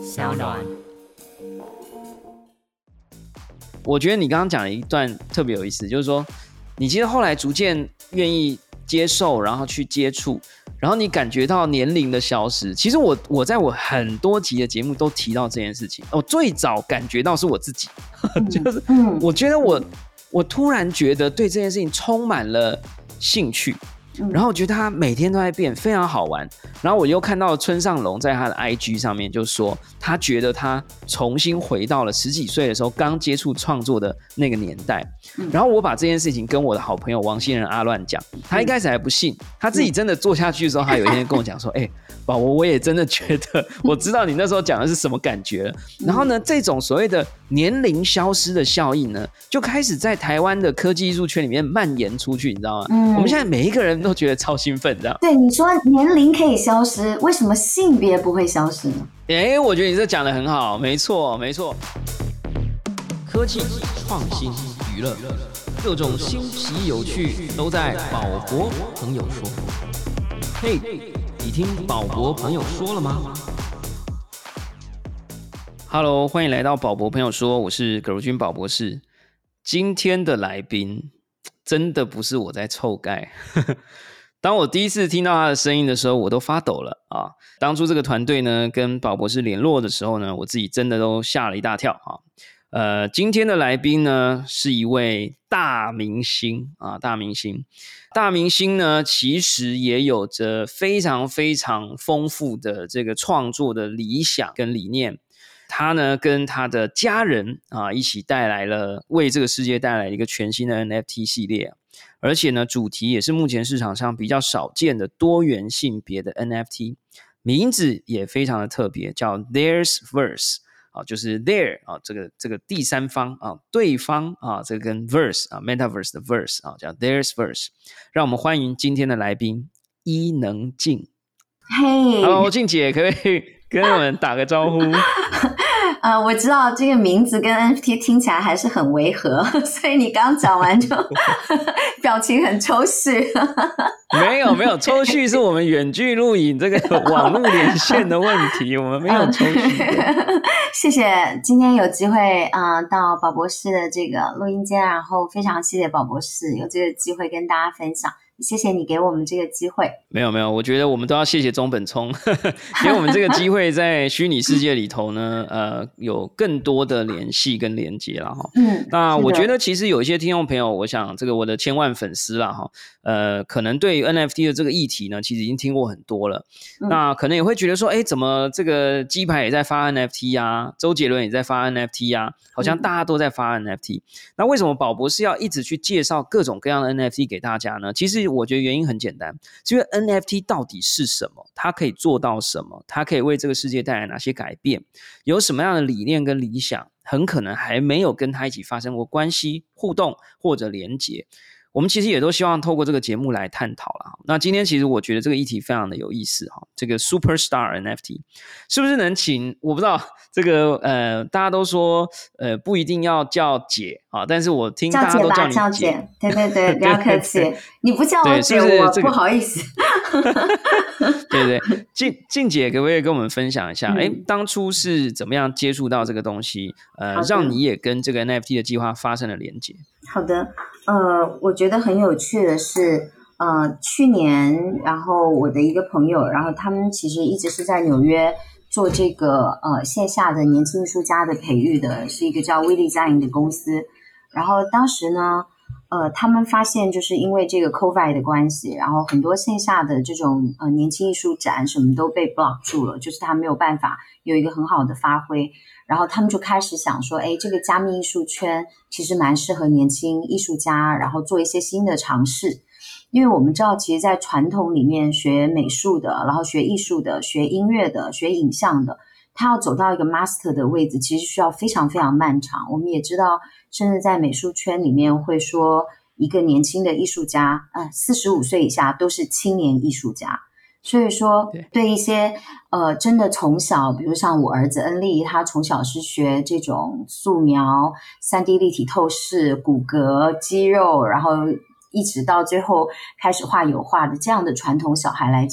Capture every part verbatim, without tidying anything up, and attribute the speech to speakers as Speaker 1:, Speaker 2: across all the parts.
Speaker 1: 小暖。
Speaker 2: 我觉得你刚刚讲的一段特别有意思，就是说你其实后来逐渐愿意接受，然后去接触，然后你感觉到年龄的消失。其实我我在我很多集的节目都提到这件事情。我最早感觉到是我自己，就是我觉得我我突然觉得对这件事情充满了兴趣。然后我觉得他每天都在变，非常好玩。然后我又看到村上隆在他的 I G 上面就说，他觉得他重新回到了十几岁的时候刚接触创作的那个年代。然后我把这件事情跟我的好朋友王新仁阿乱讲，他一开始还不信，他自己真的做下去的时候，他有一天跟我讲说：“哎、欸，宝宝，我也真的觉得，我知道你那时候讲的是什么感觉了。”然后呢，这种所谓的年龄消失的效应呢，就开始在台湾的科技艺术圈里面蔓延出去，你知道吗？嗯、我们现在每一个人都觉得超兴奋，这样。
Speaker 1: 对，你说年龄可以消失，为什么性别不会消失呢？
Speaker 2: 哎、欸，我觉得你这讲得很好，没错，没错。科技、创新、娱乐，各种新奇有趣都在宝博朋友说。嘿，你听宝博朋友说了吗？Hello， 欢迎来到宝博朋友说，我是葛如君宝博士。今天的来宾真的不是我在臭盖，当我第一次听到他的声音的时候，我都发抖了啊！当初这个团队呢跟宝博士联络的时候呢，我自己真的都吓了一大跳啊！呃，今天的来宾呢是一位大明星啊，大明星，大明星呢其实也有着非常非常丰富的这个创作的理想跟理念。他呢跟他的家人啊一起带来了为这个世界带来一个全新的 N F T 系列，而且呢主题也是目前市场上比较少见的多元性别的 N F T， 名字也非常的特别，叫 Theirs Verse。啊，就是 there 啊，这个这个第三方啊，对方啊，这个跟 verse 啊 ，metaverse 的 verse 啊，叫 there's verse。让我们欢迎今天的来宾伊能静。
Speaker 1: 嘿
Speaker 2: ，Hello， 静姐，可不可以跟我们打个招呼？
Speaker 1: 呃，我知道这个名字跟 N F T 听起来还是很违和，所以你刚讲完就表情很抽蓄。
Speaker 2: 没有没有，抽蓄是我们远距录影这个网络连线的问题，我们没有抽蓄。
Speaker 1: 谢谢，今天有机会啊、呃、到宝博士的这个录音间，然后非常谢谢宝博士有这个机会跟大家分享。谢谢你给我们这个机会。
Speaker 2: 没有没有，我觉得我们都要谢谢中本聪，给我们这个机会在虚拟世界里头呢，呃，有更多的联系跟连接啦哈。嗯，那我觉得其实有一些听众朋友，我想这个我的千万粉丝啦哈，呃，可能对于 N F T 的这个议题呢，其实已经听过很多了。嗯、那可能也会觉得说，哎，怎么这个鸡排也在发 N F T 啊，周杰伦也在发 N F T 啊，好像大家都在发 N F T。嗯、那为什么宝博士要一直去介绍各种各样的 N F T 给大家呢？其实我觉得原因很简单，是因为 N F T 到底是什么？它可以做到什么？它可以为这个世界带来哪些改变？有什么样的理念跟理想？很可能还没有跟它一起发生过关系、互动或者连结。我们其实也都希望透过这个节目来探讨啦。那今天其实我觉得这个议题非常的有意思哈，这个 Superstar N F T 是不是能请？我不知道这个呃，大家都说呃不一定要叫姐啊，但是我听大家都叫你姐，
Speaker 1: 叫姐，对对对，不要客气，你不叫我姐，我不好意思。
Speaker 2: 对对，静静姐可不可以跟我们分享一下？哎、嗯，当初是怎么样接触到这个东西？呃，让你也跟这个 N F T 的计划发生了连结？
Speaker 1: 好的。呃，我觉得很有趣的是，呃，去年，然后我的一个朋友，然后他们其实一直是在纽约做这个呃线下的年轻艺术家的培育的，是一个叫威力嘉莹的公司。然后当时呢，呃，他们发现就是因为这个 COVID 的关系，然后很多线下的这种呃年轻艺术展什么都被 block 住了，就是他没有办法有一个很好的发挥。然后他们就开始想说，哎，这个加密艺术圈其实蛮适合年轻艺术家，然后做一些新的尝试。因为我们知道，其实在传统里面学美术的，然后学艺术的，学音乐的，学影像的，他要走到一个 master 的位置，其实需要非常非常漫长。我们也知道，甚至在美术圈里面会说，一个年轻的艺术家，呃，四十五岁以下都是青年艺术家。所以说对一些呃真的从小，比如像我儿子恩利，他从小是学这种素描、三 D 立体透视、骨骼、肌肉，然后一直到最后开始画油画的这样的传统小孩来讲，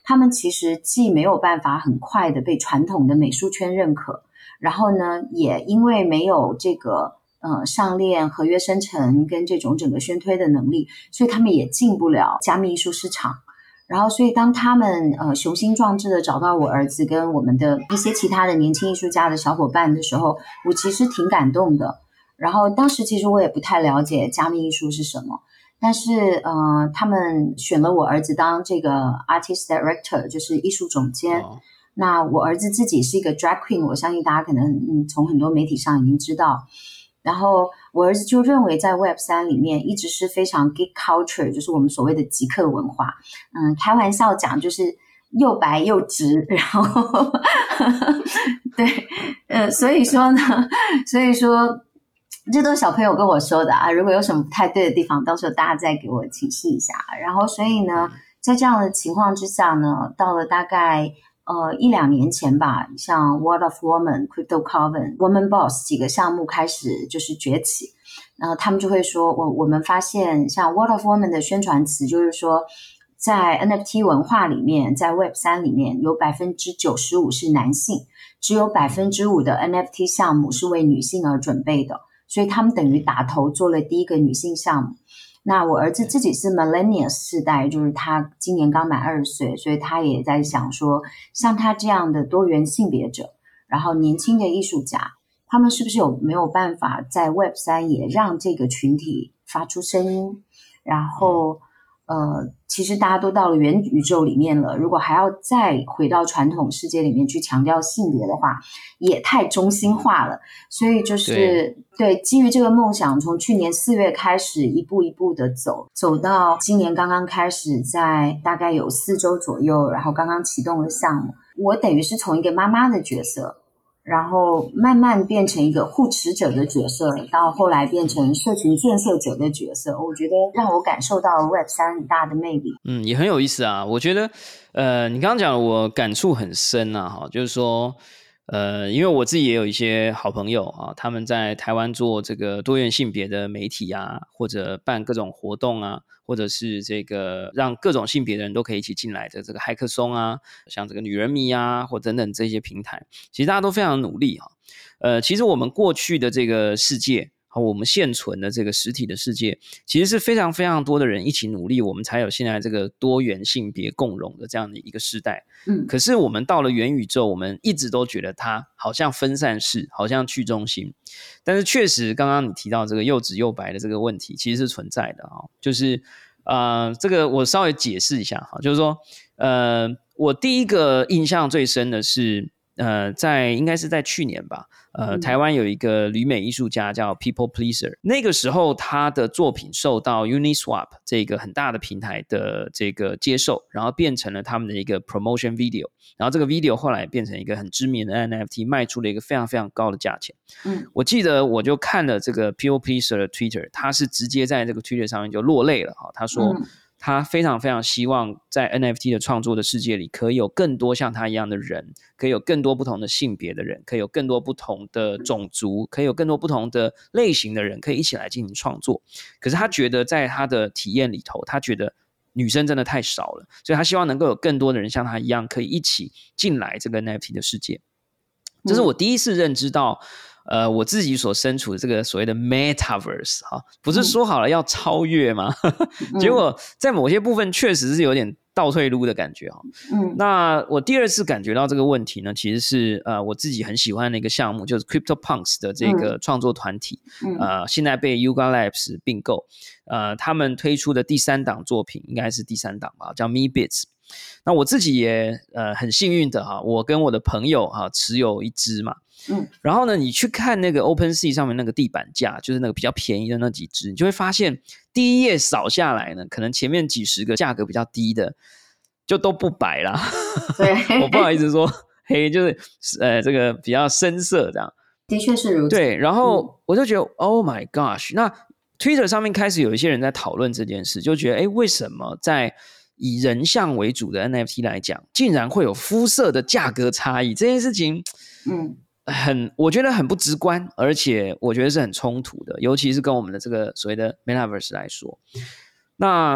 Speaker 1: 他们其实既没有办法很快的被传统的美术圈认可，然后呢，也因为没有这个呃上链合约生成跟这种整个宣推的能力，所以他们也进不了加密艺术市场。然后，所以当他们呃雄心壮志的找到我儿子跟我们的一些其他的年轻艺术家的小伙伴的时候，我其实挺感动的。然后当时其实我也不太了解加密艺术是什么，但是呃，他们选了我儿子当这个 artist director， 就是艺术总监。哦，那我儿子自己是一个 drag queen， 我相信大家可能嗯从很多媒体上已经知道。然后我儿子就认为在 Web 三 里面一直是非常 geek culture， 就是我们所谓的极客文化。嗯，开玩笑讲就是又白又直，然后对，呃，所以说呢，所以说这都是小朋友跟我说的啊。如果有什么不太对的地方，到时候大家再给我请示一下。然后所以呢，在这样的情况之下呢，到了大概呃，一两年前吧，像 World of Woman、Crypto Coven、Woman Boss 几个项目开始就是崛起，然后他们就会说，我我们发现像 World of Woman 的宣传词就是说，在 N F T 文化里面，在 Web 三 里面有 百分之九十五 是男性，只有 百分之五 的 N F T 项目是为女性而准备的，所以他们等于打头做了第一个女性项目。那我儿子自己是 Millennials 世代，就是他今年刚满二十岁，所以他也在想说，像他这样的多元性别者，然后年轻的艺术家，他们是不是有没有办法在 Web 三 也让这个群体发出声音？然后呃，其实大家都到了元宇宙里面了，如果还要再回到传统世界里面去强调性别的话，也太中心化了。所以就是 对, 对基于这个梦想，从去年四月开始一步一步的走，走到今年刚刚开始，在大概有四周左右，然后刚刚启动了项目。我等于是从一个妈妈的角色，然后慢慢变成一个护持者的角色，到后来变成社群建设者的角色，我觉得让我感受到 Web 三 很大的魅力。
Speaker 2: 嗯，也很有意思啊。我觉得呃，你刚刚讲我感触很深啊，哈，就是说呃，因为我自己也有一些好朋友啊，他们在台湾做这个多元性别的媒体啊，或者办各种活动啊，或者是这个让各种性别的人都可以一起进来的这个骇客松啊，像这个女人迷啊，或等等这些平台，其实大家都非常努力哈。呃，其实我们过去的这个世界，我们现存的这个实体的世界，其实是非常非常多的人一起努力，我们才有现在这个多元性别共融的这样的一个时代。嗯，可是我们到了元宇宙，我们一直都觉得它好像分散式，好像去中心。但是确实，刚刚你提到这个又直又白的这个问题，其实是存在的啊。就是呃，这个我稍微解释一下哈，就是说，呃，我第一个印象最深的是。呃，在应该是在去年吧，呃，台湾有一个旅美艺术家叫 People Pleaser， 那个时候他的作品受到 Uniswap 这个很大的平台的这个接受，然后变成了他们的一个 promotion video， 然后这个 video 后来变成一个很知名的 N F T， 卖出了一个非常非常高的价钱。嗯，我记得我就看了这个 People Pleaser 的 Twitter， 他是直接在这个 Twitter 上面就落泪了哈，他说。嗯，他非常非常希望在 N F T 的创作的世界里，可以有更多像他一样的人，可以有更多不同的性别的人，可以有更多不同的种族，可以有更多不同的类型的人，可以一起来进行创作。可是他觉得在他的体验里头，他觉得女生真的太少了，所以他希望能够有更多的人像他一样，可以一起进来这个 N F T 的世界。这是我第一次认知到。呃，我自己所身处的这个所谓的 Metaverse 哈，不是说好了要超越吗？嗯、结果在某些部分确实是有点倒退路的感觉哈。嗯，那我第二次感觉到这个问题呢，其实是呃我自己很喜欢的一个项目，就是 CryptoPunks 的这个创作团体，嗯、呃，现在被 Yuga Labs 并购，呃，他们推出的第三档作品应该是第三档吧，叫 Meebits。那我自己也呃很幸运的哈，我跟我的朋友哈持有一支嘛。嗯，然后呢，你去看那个 OpenSea 上面那个地板价，就是那个比较便宜的那几只，你就会发现第一页扫下来呢，可能前面几十个价格比较低的就都不白啦。对，我不好意思说黑，就是呃这个比较深色这样。
Speaker 1: 的确是如此。
Speaker 2: 对，然后我就觉得、嗯、Oh my gosh， 那 Twitter 上面开始有一些人在讨论这件事，就觉得哎，为什么在以人像为主的 N F T 来讲，竟然会有肤色的价格差异？这件事情，嗯。很，我觉得很不直观，而且我觉得是很冲突的，尤其是跟我们的这个所谓的 Metaverse 来说。那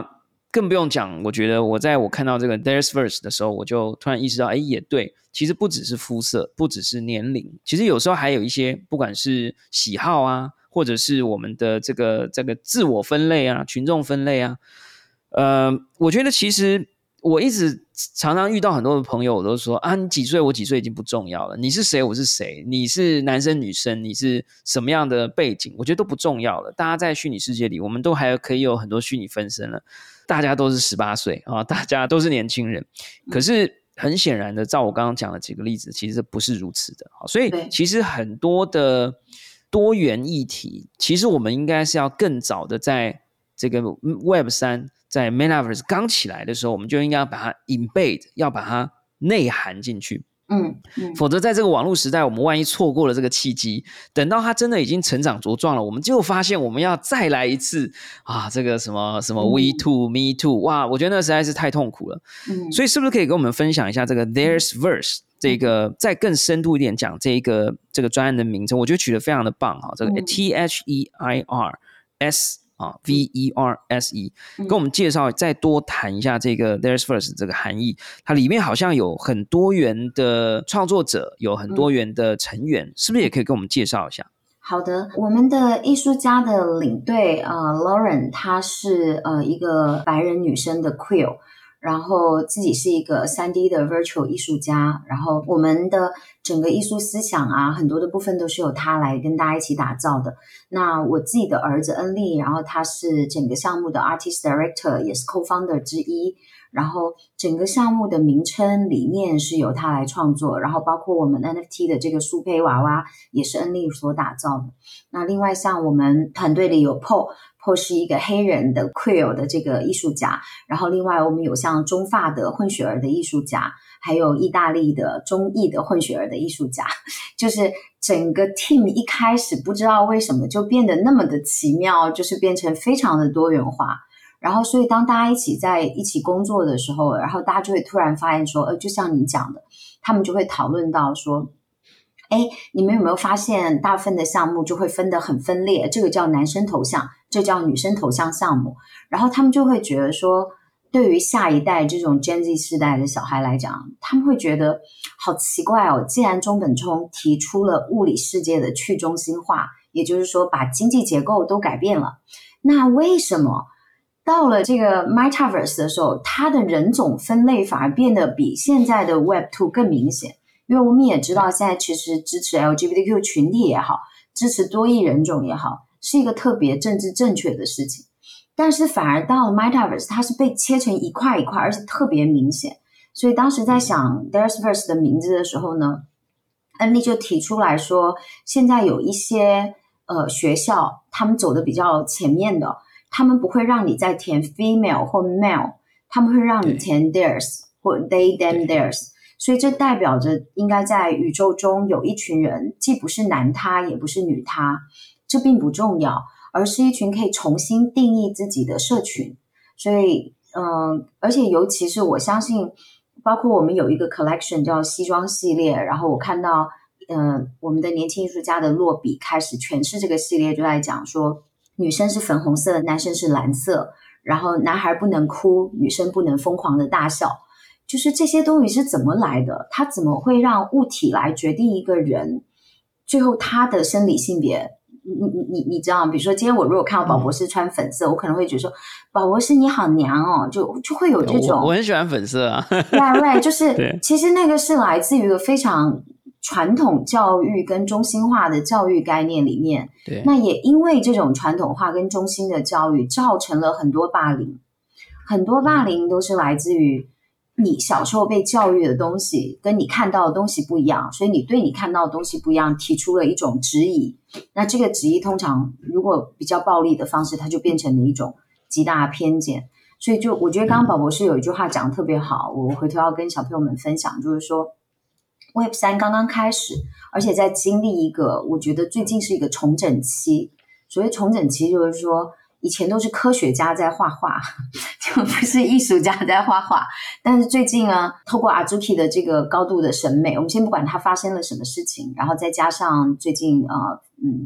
Speaker 2: 更不用讲，我觉得我在我看到这个 There's Verse 的时候，我就突然意识到，哎，也对，其实不只是肤色，不只是年龄，其实有时候还有一些不管是喜好啊，或者是我们的这个这个自我分类啊，群众分类啊，呃，我觉得其实我一直常常遇到很多的朋友，我都说啊，你几岁，我几岁已经不重要了，你是谁，我是谁，你是男生女生，你是什么样的背景，我觉得都不重要了。大家在虚拟世界里，我们都还可以有很多虚拟分身了，大家都是十八岁啊，大家都是年轻人。可是很显然的，照我刚刚讲的几个例子，其实不是如此的。所以其实很多的多元议题，其实我们应该是要更早的在这个 Web 三。在 Metaverse 刚起来的时候，我们就应该要把它 embed， 要把它内涵进去。
Speaker 1: 嗯嗯，
Speaker 2: 否则在这个网络时代，我们万一错过了这个契机，等到它真的已经成长茁壮了，我们就发现我们要再来一次啊，这个什么什么 We Too、Me Too， 哇，我觉得那实在是太痛苦了。嗯，所以是不是可以跟我们分享一下这个 There's Verse 这个再更深度一点讲这一个这个专案的名称？我觉得取得非常的棒哈，这个 T H E I R S。啊 V E R S E， 跟我们介绍再多谈一下这个 There's Verse 这个含义。它里面好像有很多元的创作者，有很多元的成员，嗯、是不是也可以跟我们介绍一下？
Speaker 1: 好的，我们的艺术家的领队呃 Lauren， 她是呃一个白人女生的 queer。然后自己是一个 三 D 的 virtual 艺术家，然后我们的整个艺术思想啊，很多的部分都是由他来跟大家一起打造的。那我自己的儿子恩利，然后他是整个项目的 artist director， 也是 co-founder 之一。然后整个项目的名称理念是由他来创作，然后包括我们 N F T 的这个苏胚娃娃也是恩利所打造的。那另外像我们团队里有 Paul。Paul 是一个黑人的 queer 的这个艺术家，然后另外我们有像中法的混血儿的艺术家，还有意大利的中裔的混血儿的艺术家，就是整个 team 一开始不知道为什么就变得那么的奇妙，就是变成非常的多元化。然后所以当大家一起在一起工作的时候，然后大家就会突然发现说，呃，就像你讲的，他们就会讨论到说，哎，你们有没有发现大部分的项目就会分得很分裂，这个叫男生头像，这叫女生头像项目。然后他们就会觉得说，对于下一代这种 Gen Z 世代的小孩来讲，他们会觉得好奇怪哦，既然中本聪提出了物理世界的去中心化，也就是说把经济结构都改变了，那为什么到了这个 Metaverse 的时候，它的人种分类反而变得比现在的 Web 二 更明显？因为我们也知道现在其实支持 L G B T Q 群体也好，支持多异人种也好，是一个特别政治正确的事情。但是反而到了 Metaverse， 它是被切成一块一块，而且特别明显。所以当时在想 There's Verse 的名字的时候呢，恩利就提出来说，现在有一些呃学校，他们走的比较前面的，他们不会让你再填 female 或 male， 他们会让你填 theirs 或 they them theirs。所以这代表着应该在宇宙中有一群人，既不是男他也不是女他，这并不重要，而是一群可以重新定义自己的社群。所以嗯、呃，而且尤其是我相信包括我们有一个 collection 叫西装系列，然后我看到呃，我们的年轻艺术家的落笔开始诠释这个系列，就在讲说女生是粉红色，男生是蓝色，然后男孩不能哭，女生不能疯狂的大笑。就是这些东西是怎么来的？它怎么会让物体来决定一个人最后他的生理性别？你你你你知道，比如说今天我如果看到宝博士穿粉色，嗯、我可能会觉得说宝博士你好娘哦，就就会有这种。
Speaker 2: 我, 我很喜欢粉色啊。
Speaker 1: right right， 就是其实那个是来自于一个非常传统教育跟中心化的教育概念里面。
Speaker 2: 对。
Speaker 1: 那也因为这种传统化跟中心的教育，造成了很多霸凌，很多霸凌都是来自于。你小时候被教育的东西跟你看到的东西不一样，所以你对你看到的东西不一样提出了一种质疑，那这个质疑通常如果比较暴力的方式，它就变成了一种极大的偏见。所以就我觉得刚刚宝博士有一句话讲得特别好，我回头要跟小朋友们分享，就是说 Web 三 刚刚开始，而且在经历一个我觉得最近是一个重整期。所谓重整期就是说以前都是科学家在画画，就不是艺术家在画画。但是最近呢，透过 Azuki 的这个高度的审美，我们先不管它发生了什么事情，然后再加上最近呃嗯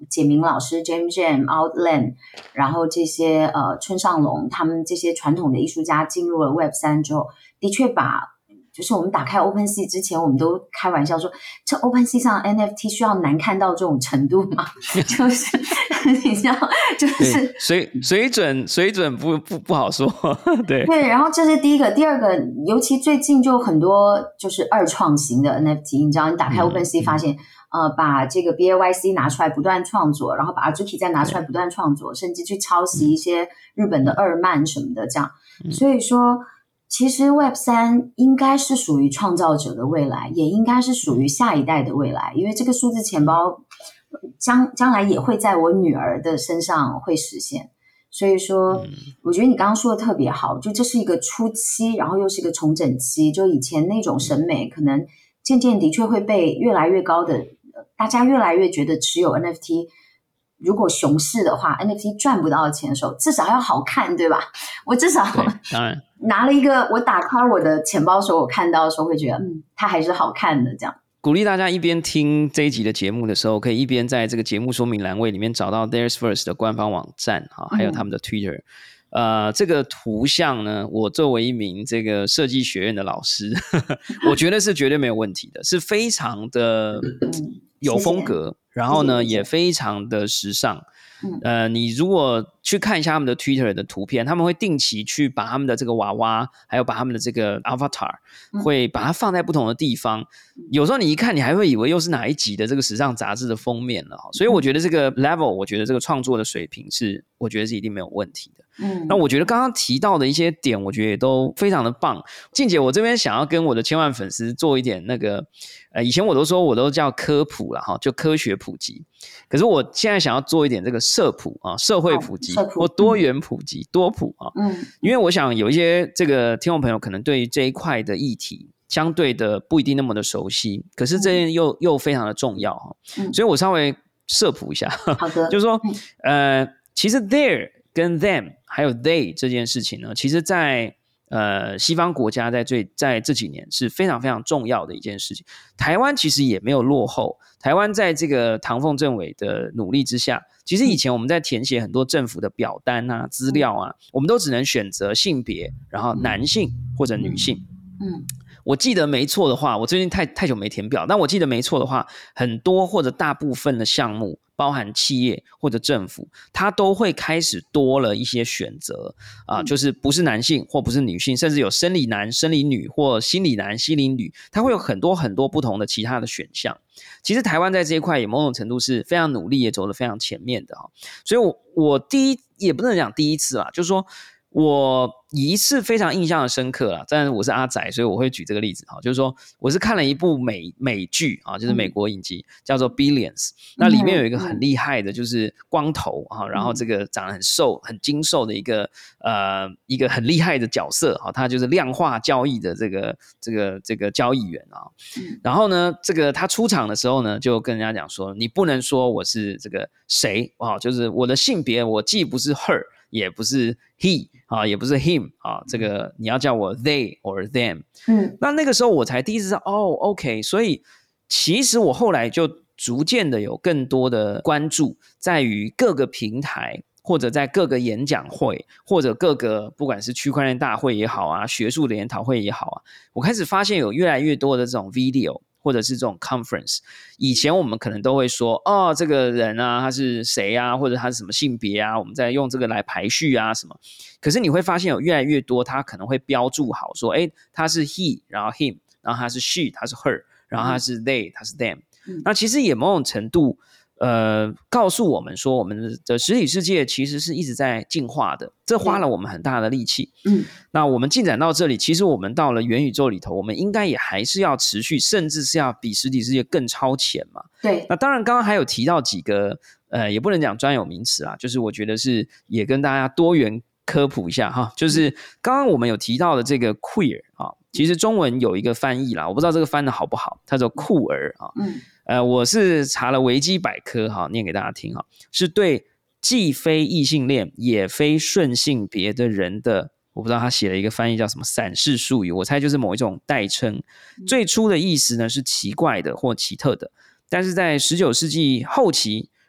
Speaker 1: 简明老师 James Jam、Outland， 然后这些呃村上隆他们这些传统的艺术家进入了 Web 三 之后，的确把就是我们打开 OpenSea 之前，我们都开玩笑说，这 OpenSea 上 N F T 需要难看到这种程度吗？就是你知道，就是
Speaker 2: 水水准水准不不不好说，对
Speaker 1: 对。然后这是第一个，第二个，尤其最近就很多就是二创型的 N F T， 你知道，你打开 OpenSea 发现，嗯、呃，把这个 B A Y C 拿出来不断创作，然后把 Azuki 再拿出来不断创作，甚至去抄袭一些日本的二漫什么的，这样，
Speaker 2: 嗯、
Speaker 1: 所以说。其实 Web 三 应该是属于创造者的未来，也应该是属于下一代的未来，因为这个数字钱包将将来也会在我女儿的身上会实现。所以说我觉得你刚刚说的特别好，就这是一个初期，然后又是一个重整期，就以前那种审美可能渐渐的确会被越来越高的大家越来越觉得持有 N F T，如果熊市的话 N F T 赚不到钱的时候，至少要好看，对吧？我至少
Speaker 2: 当然
Speaker 1: 拿了一个，我打开我的钱包的时候，我看到的时候会觉得嗯，它还是好看的。这样
Speaker 2: 鼓励大家一边听这一集的节目的时候，可以一边在这个节目说明栏位里面找到 There's First 的官方网站，还有他们的 Twitter、嗯、呃，这个图像呢，我作为一名这个设计学院的老师呵呵我觉得是绝对没有问题的，是非常的有风格、嗯、然后呢谢谢也非常的时尚。呃，你如果去看一下他们的 Twitter 的图片，他们会定期去把他们的这个娃娃，还有把他们的这个 avatar、嗯、会把它放在不同的地方，有时候你一看你还会以为又是哪一集的这个时尚杂志的封面了，所以我觉得这个 level 我觉得这个创作的水平是我觉得是一定没有问题的。嗯，那我觉得刚刚提到的一些点我觉得也都非常的棒。静姐，我这边想要跟我的千万粉丝做一点那个呃，以前我都说我都叫科普啦，就科学普及，可是我现在想要做一点这个社普啊，社会普及、哦、或多元普及、嗯、多普啊。嗯，因为我想有一些这个听众朋友可能对于这一块的议题相对的不一定那么的熟悉，可是这又、嗯、又非常的重要、嗯、所以我稍微社普一下。
Speaker 1: 好的，
Speaker 2: 就是说、嗯、呃，其实 there 跟 them 还有 they 这件事情呢，其实在呃，西方国家在最在这几年是非常非常重要的一件事情。台湾其实也没有落后，台湾在这个唐凤政委的努力之下，其实以前我们在填写很多政府的表单啊、资料啊，我们都只能选择性别，然后男性或者女性。嗯，我记得没错的话，我最近太太久没填表，但我记得没错的话，很多或者大部分的项目，包含企业或者政府，它都会开始多了一些选择啊、呃，就是不是男性或不是女性，甚至有生理男、生理女或心理男、心理女，它会有很多很多不同的其他的选项。其实台湾在这一块也某种程度是非常努力，也走得非常前面的、哦、所以我我第一也不能讲第一次啦，就是说我以一次非常印象的深刻啦，但是我是阿宅，所以我会举这个例子，就是说我是看了一部美美剧啊，就是美国影集、嗯、叫做 Billions， 那里面有一个很厉害的就是光头啊，然后这个长得很瘦很精瘦的一个呃一个很厉害的角色啊，他就是量化交易的这个这个这个交易员啊，然后呢这个他出场的时候呢就跟人家讲说，你不能说我是这个谁啊，就是我的性别我既不是 her也不是 he 啊，也不是 him 啊，这个你要叫我 they or them。嗯，那那个时候我才第一次知道，哦 ，OK， 所以其实我后来就逐渐的有更多的关注，在于各个平台或者在各个演讲会或者各个不管是区块链大会也好啊，学术的研讨会也好啊，我开始发现有越来越多的这种 video。或者是这种 conference， 以前我们可能都会说，哦，这个人啊，他是谁啊，或者他是什么性别啊，我们在用这个来排序啊什么。可是你会发现有越来越多，他可能会标注好说，哎，他是 he， 然后 him， 然后他是 she， 他是 her， 然后他是 they， 他是 them。嗯、那其实也某种程度，呃，告诉我们说，我们的实体世界其实是一直在进化的，这花了我们很大的力气。嗯，那我们进展到这里，其实我们到了元宇宙里头，我们应该也还是要持续，甚至是要比实体世界更超前嘛。
Speaker 1: 对。那
Speaker 2: 当然，刚刚还有提到几个，呃，也不能讲专有名词啦，就是我觉得是也跟大家多元科普一下哈，就是刚刚我们有提到的这个 queer 啊，其实中文有一个翻译啦，我不知道这个翻的好不好，它叫酷儿啊。嗯。呃，我是查了维基百科哈，念给大家听哈，是对既非异性恋也非顺性别的人的，我不知道他写了一个翻译叫什么散式术语，我猜就是某一种代称。最初的意思呢是奇怪的或奇特的，但是在十九世纪后期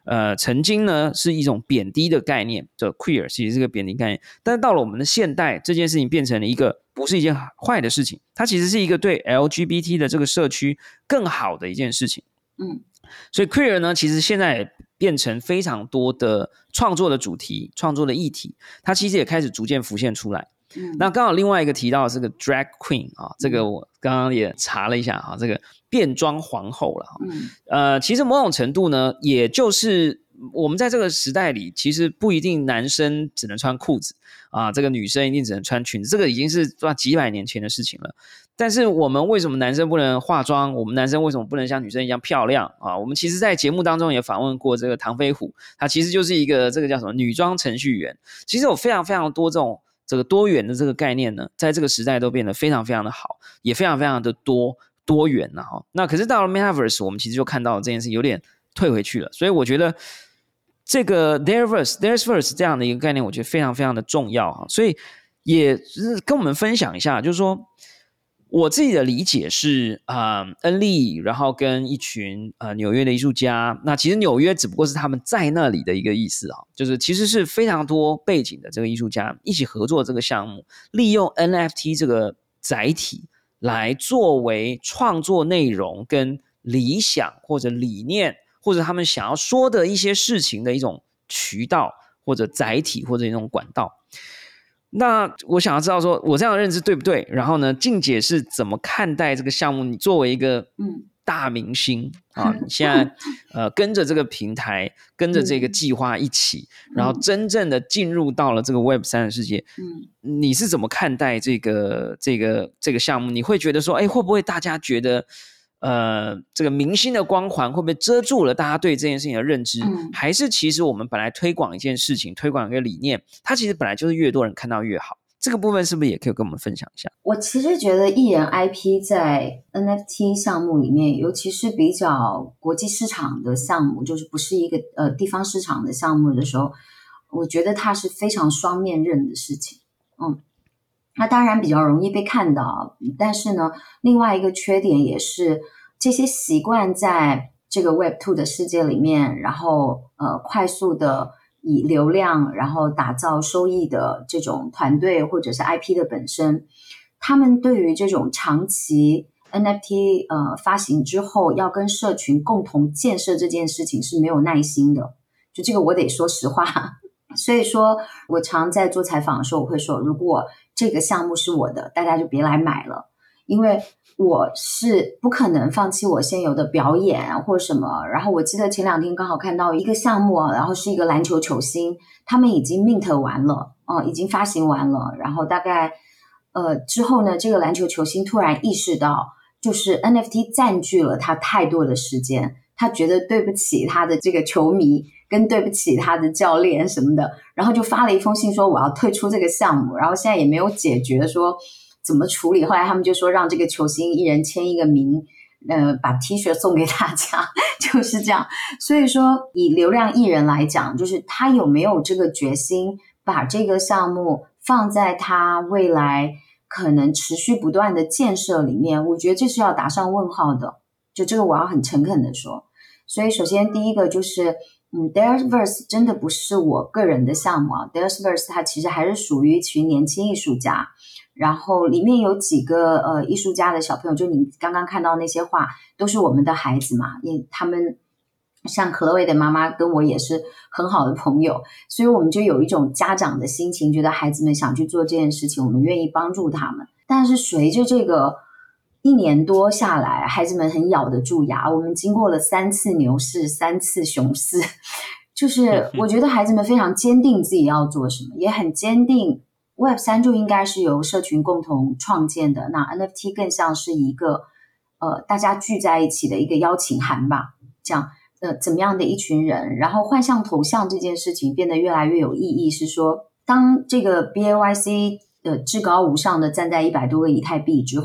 Speaker 2: 呃，曾经呢是一种贬低的概念，叫 queer， 其实是个贬低概念，但是到了我们的现代，这件事情变成了一个不是一件坏的事情，它其实是一个对 L G B T 的这个社区更好的一件事情。
Speaker 1: 嗯，
Speaker 2: 所以 queer 呢，其实现在也变成非常多的创作的主题、创作的议题，它其实也开始逐渐浮现出来。嗯、那刚好另外一个提到的是个 drag queen 啊，这个我刚刚也查了一下啊，这个变装皇后了。嗯，呃，其实某种程度呢，也就是我们在这个时代里，其实不一定男生只能穿裤子啊，这个女生一定只能穿裙子，这个已经是几百年前的事情了。但是我们为什么男生不能化妆？我们男生为什么不能像女生一样漂亮啊？我们其实在节目当中也访问过这个唐飞虎，他其实就是一个这个叫什么女装程序员。其实有非常非常多这种这个多元的这个概念呢，在这个时代都变得非常非常的好，也非常非常的多多元了哈。那可是到了 Metaverse， 我们其实就看到这件事情有点退回去了，所以我觉得这个 Thereverse There's Verse 这样的一个概念，我觉得非常非常的重要哈。所以也跟我们分享一下，就是说我自己的理解是，呃，恩利，然后跟一群呃纽约的艺术家，那其实纽约只不过是他们在那里的一个意思啊，就是其实是非常多背景的这个艺术家一起合作这个项目，利用 N F T 这个载体来作为创作内容跟理想或者理念或者他们想要说的一些事情的一种渠道或者载体或者一种管道。那我想要知道说我这样的认知对不对，然后呢静姐是怎么看待这个项目，你作为一个大明星、嗯、啊，你现在呃跟着这个平台跟着这个计划一起、嗯、然后真正的进入到了这个 Web 三 的世界、嗯、你是怎么看待这个这个这个项目？你会觉得说哎，会不会大家觉得呃，这个明星的光环会不会遮住了大家对这件事情的认知、嗯、还是其实我们本来推广一件事情推广一个理念，它其实本来就是越多人看到越好，这个部分是不是也可以跟我们分享一下？
Speaker 1: 我其实觉得艺人 I P 在 N F T 项目里面，尤其是比较国际市场的项目，就是不是一个呃地方市场的项目的时候，我觉得它是非常双面刃的事情。嗯，那当然比较容易被看到，但是呢另外一个缺点也是这些习惯在这个 Web 二 的世界里面，然后呃快速的以流量然后打造收益的这种团队或者是 I P 的本身，他们对于这种长期 N F T 呃发行之后要跟社群共同建设这件事情是没有耐心的，就这个我得说实话。所以说我常在做采访的时候我会说，如果这个项目是我的，大家就别来买了，因为我是不可能放弃我现有的表演或什么。然后我记得前两天刚好看到一个项目，然后是一个篮球球星，他们已经 mint 完了、呃、已经发行完了，然后大概呃之后呢，这个篮球球星突然意识到就是 N F T 占据了他太多的时间，他觉得对不起他的这个球迷跟对不起他的教练什么的，然后就发了一封信说我要退出这个项目，然后现在也没有解决说怎么处理。后来他们就说让这个球星一人签一个名，呃，把 T 恤送给大家，就是这样。所以说以流量艺人来讲，就是他有没有这个决心把这个项目放在他未来可能持续不断的建设里面，我觉得这是要打上问号的，就这个我要很诚恳的说。所以首先第一个就是嗯 Thereverse 真的不是我个人的项目啊 Thereverse 它其实还是属于一群年轻艺术家，然后里面有几个呃艺术家的小朋友，就你刚刚看到那些画都是我们的孩子嘛，因为他们像克洛维的妈妈跟我也是很好的朋友，所以我们就有一种家长的心情，觉得孩子们想去做这件事情，我们愿意帮助他们。但是随着这个一年多下来，孩子们很咬得住牙，我们经过了三次牛市三次熊市，就是我觉得孩子们非常坚定自己要做什么，也很坚定 Web 三 就应该是由社群共同创建的，那 N F T 更像是一个呃大家聚在一起的一个邀请函吧，这样呃怎么样的一群人，然后换上头像这件事情变得越来越有意义，是说当这个 B A Y C 呃至高无上的站在一百多个以太币之后，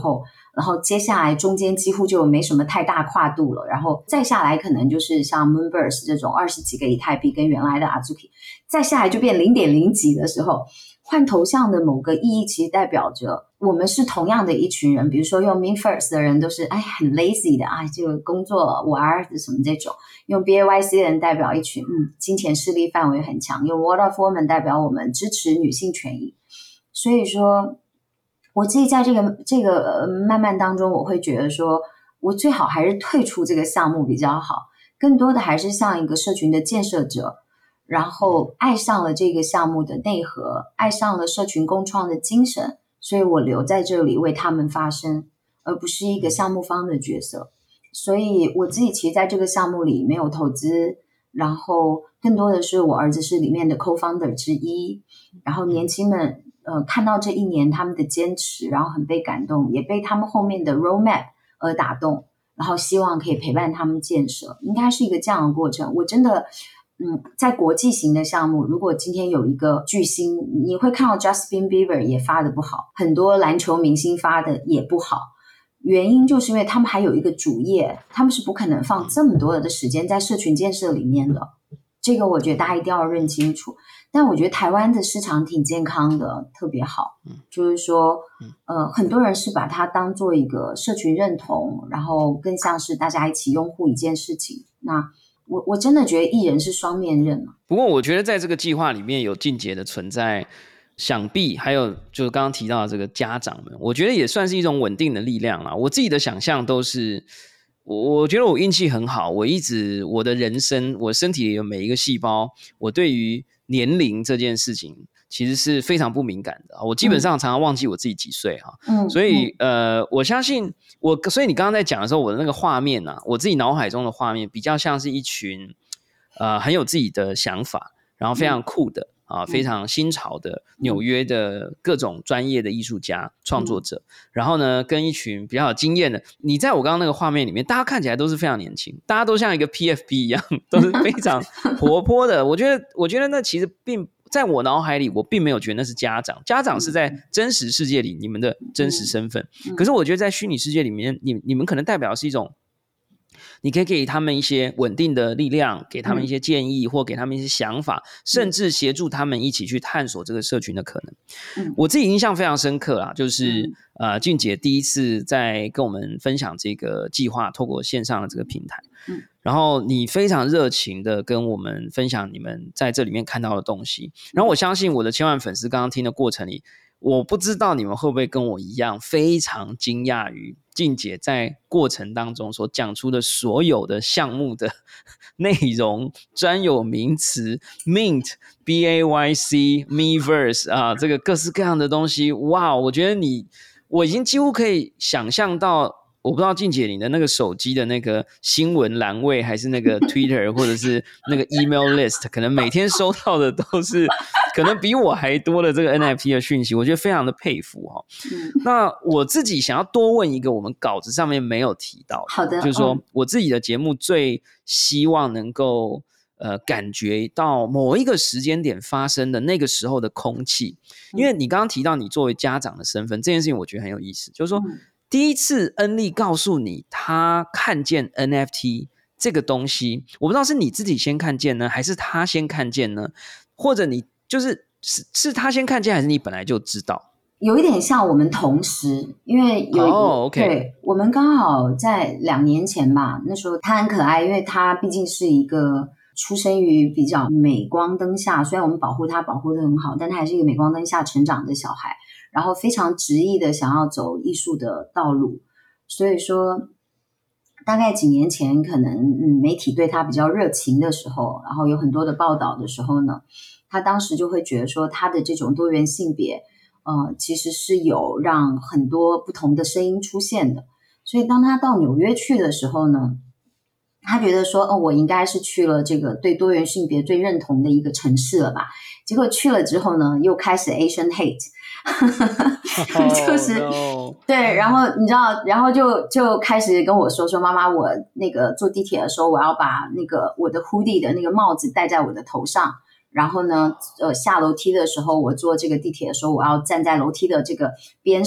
Speaker 1: 然后接下来中间几乎就没什么太大跨度了，然后再下来可能就是像 Moonburst 这种二十几个以太币跟原来的 Azuki， 再下来就变 零点零 几的时候，换头像的某个意义其实代表着我们是同样的一群人，比如说用 MinFirst 的人都是哎很 lazy 的啊，这个工作玩什么这种，用 B A Y C 的人代表一群嗯金钱势力范围很强，用 World of Women 代表我们支持女性权益。所以说我自己在这个这个、呃、慢慢当中，我会觉得说我最好还是退出这个项目比较好，更多的还是像一个社群的建设者，然后爱上了这个项目的内核，爱上了社群共创的精神，所以我留在这里为他们发声，而不是一个项目方的角色。所以我自己其实在这个项目里没有投资，然后更多的是我儿子是里面的 co-founder 之一，然后年轻们呃，看到这一年他们的坚持，然后很被感动，也被他们后面的 roadmap 而打动，然后希望可以陪伴他们建设，应该是一个这样的过程。我真的嗯，在国际型的项目，如果今天有一个巨星，你会看到 Justin Bieber 也发的不好，很多篮球明星发的也不好，原因就是因为他们还有一个主业，他们是不可能放这么多的时间在社群建设里面的，这个我觉得大家一定要认清楚。但我觉得台湾的市场挺健康的，特别好，就是说呃，很多人是把它当做一个社群认同，然后更像是大家一起拥护一件事情。那我我真的觉得艺人是双面刃嘛。
Speaker 2: 不过我觉得在这个计划里面有俊杰的存在，想必还有就是刚刚提到的这个家长们，我觉得也算是一种稳定的力量啦。我自己的想象都是，我我觉得我运气很好，我一直我的人生，我身体里的每一个细胞，我对于年龄这件事情其实是非常不敏感的，我基本上常常忘记我自己几岁哈、嗯，所以呃，我相信我，所以你刚刚在讲的时候，我的那个画面啊，我自己脑海中的画面比较像是一群呃很有自己的想法，然后非常酷的。啊，非常新潮的纽约的各种专业的艺术家、创作者，然后呢，跟一群比较有经验的，你在我刚刚那个画面里面，大家看起来都是非常年轻，大家都像一个 P F P 一样，都是非常活泼的。我觉得，我觉得那其实并在我脑海里，我并没有觉得那是家长，家长是在真实世界里你们的真实身份，可是我觉得在虚拟世界里面，你你们可能代表的是一种。你可以给他们一些稳定的力量，给他们一些建议，嗯、或给他们一些想法，甚至协助他们一起去探索这个社群的可能。嗯、我自己印象非常深刻啦，就是、嗯、呃，俊姐第一次在跟我们分享这个计划，透过线上的这个平台，嗯、然后你非常热情的跟我们分享你们在这里面看到的东西。然后我相信我的千万粉丝刚刚听的过程里，我不知道你们会不会跟我一样非常惊讶于静姐在过程当中所讲出的所有的项目的内容、专有名词 Mint、B A Y C、Miiverse 啊，这个各式各样的东西，哇！我觉得你，我已经几乎可以想象到。我不知道静姐你的那个手机的那个新闻栏位，还是那个 Twitter 或者是那个 email list， 可能每天收到的都是可能比我还多的这个 N F T 的讯息，我觉得非常的佩服哈、哦。嗯、那我自己想要多问一个我们稿子上面没有提到的，
Speaker 1: 好的，
Speaker 2: 就是说、
Speaker 1: 嗯、
Speaker 2: 我自己的节目最希望能够呃感觉到某一个时间点发生的那个时候的空气，因为你刚刚提到你作为家长的身份，这件事情我觉得很有意思，就是说。嗯第一次恩利告诉你他看见 N F T 这个东西，我不知道是你自己先看见呢，还是他先看见呢？或者你就是是是他先看见，还是你本来就知道？
Speaker 1: 有一点像我们同时，因为有、
Speaker 2: oh, okay.
Speaker 1: 对我们刚好在两年前吧，那时候他很可爱，因为他毕竟是一个出生于比较镁光灯下，虽然我们保护他保护得很好，但他还是一个镁光灯下成长的小孩。然后非常执意的想要走艺术的道路，所以说大概几年前可能、嗯、媒体对他比较热情的时候，然后有很多的报道的时候呢，他当时就会觉得说他的这种多元性别呃，其实是有让很多不同的声音出现的。所以当他到纽约去的时候呢，他觉得说哦，我应该是去了这个对多元性别最认同的一个城市了吧，结果去了之后呢，又开始 Asian hate就是、oh, no. 对，然后你知道，然后就就开始跟我说说妈妈，我那个坐地铁的时候，我要把那个我的 hoodie 的那个帽子戴在我的头上，然后呢，呃，下楼梯的时候，我坐这个地铁的时候，我要站在楼梯的这个边上，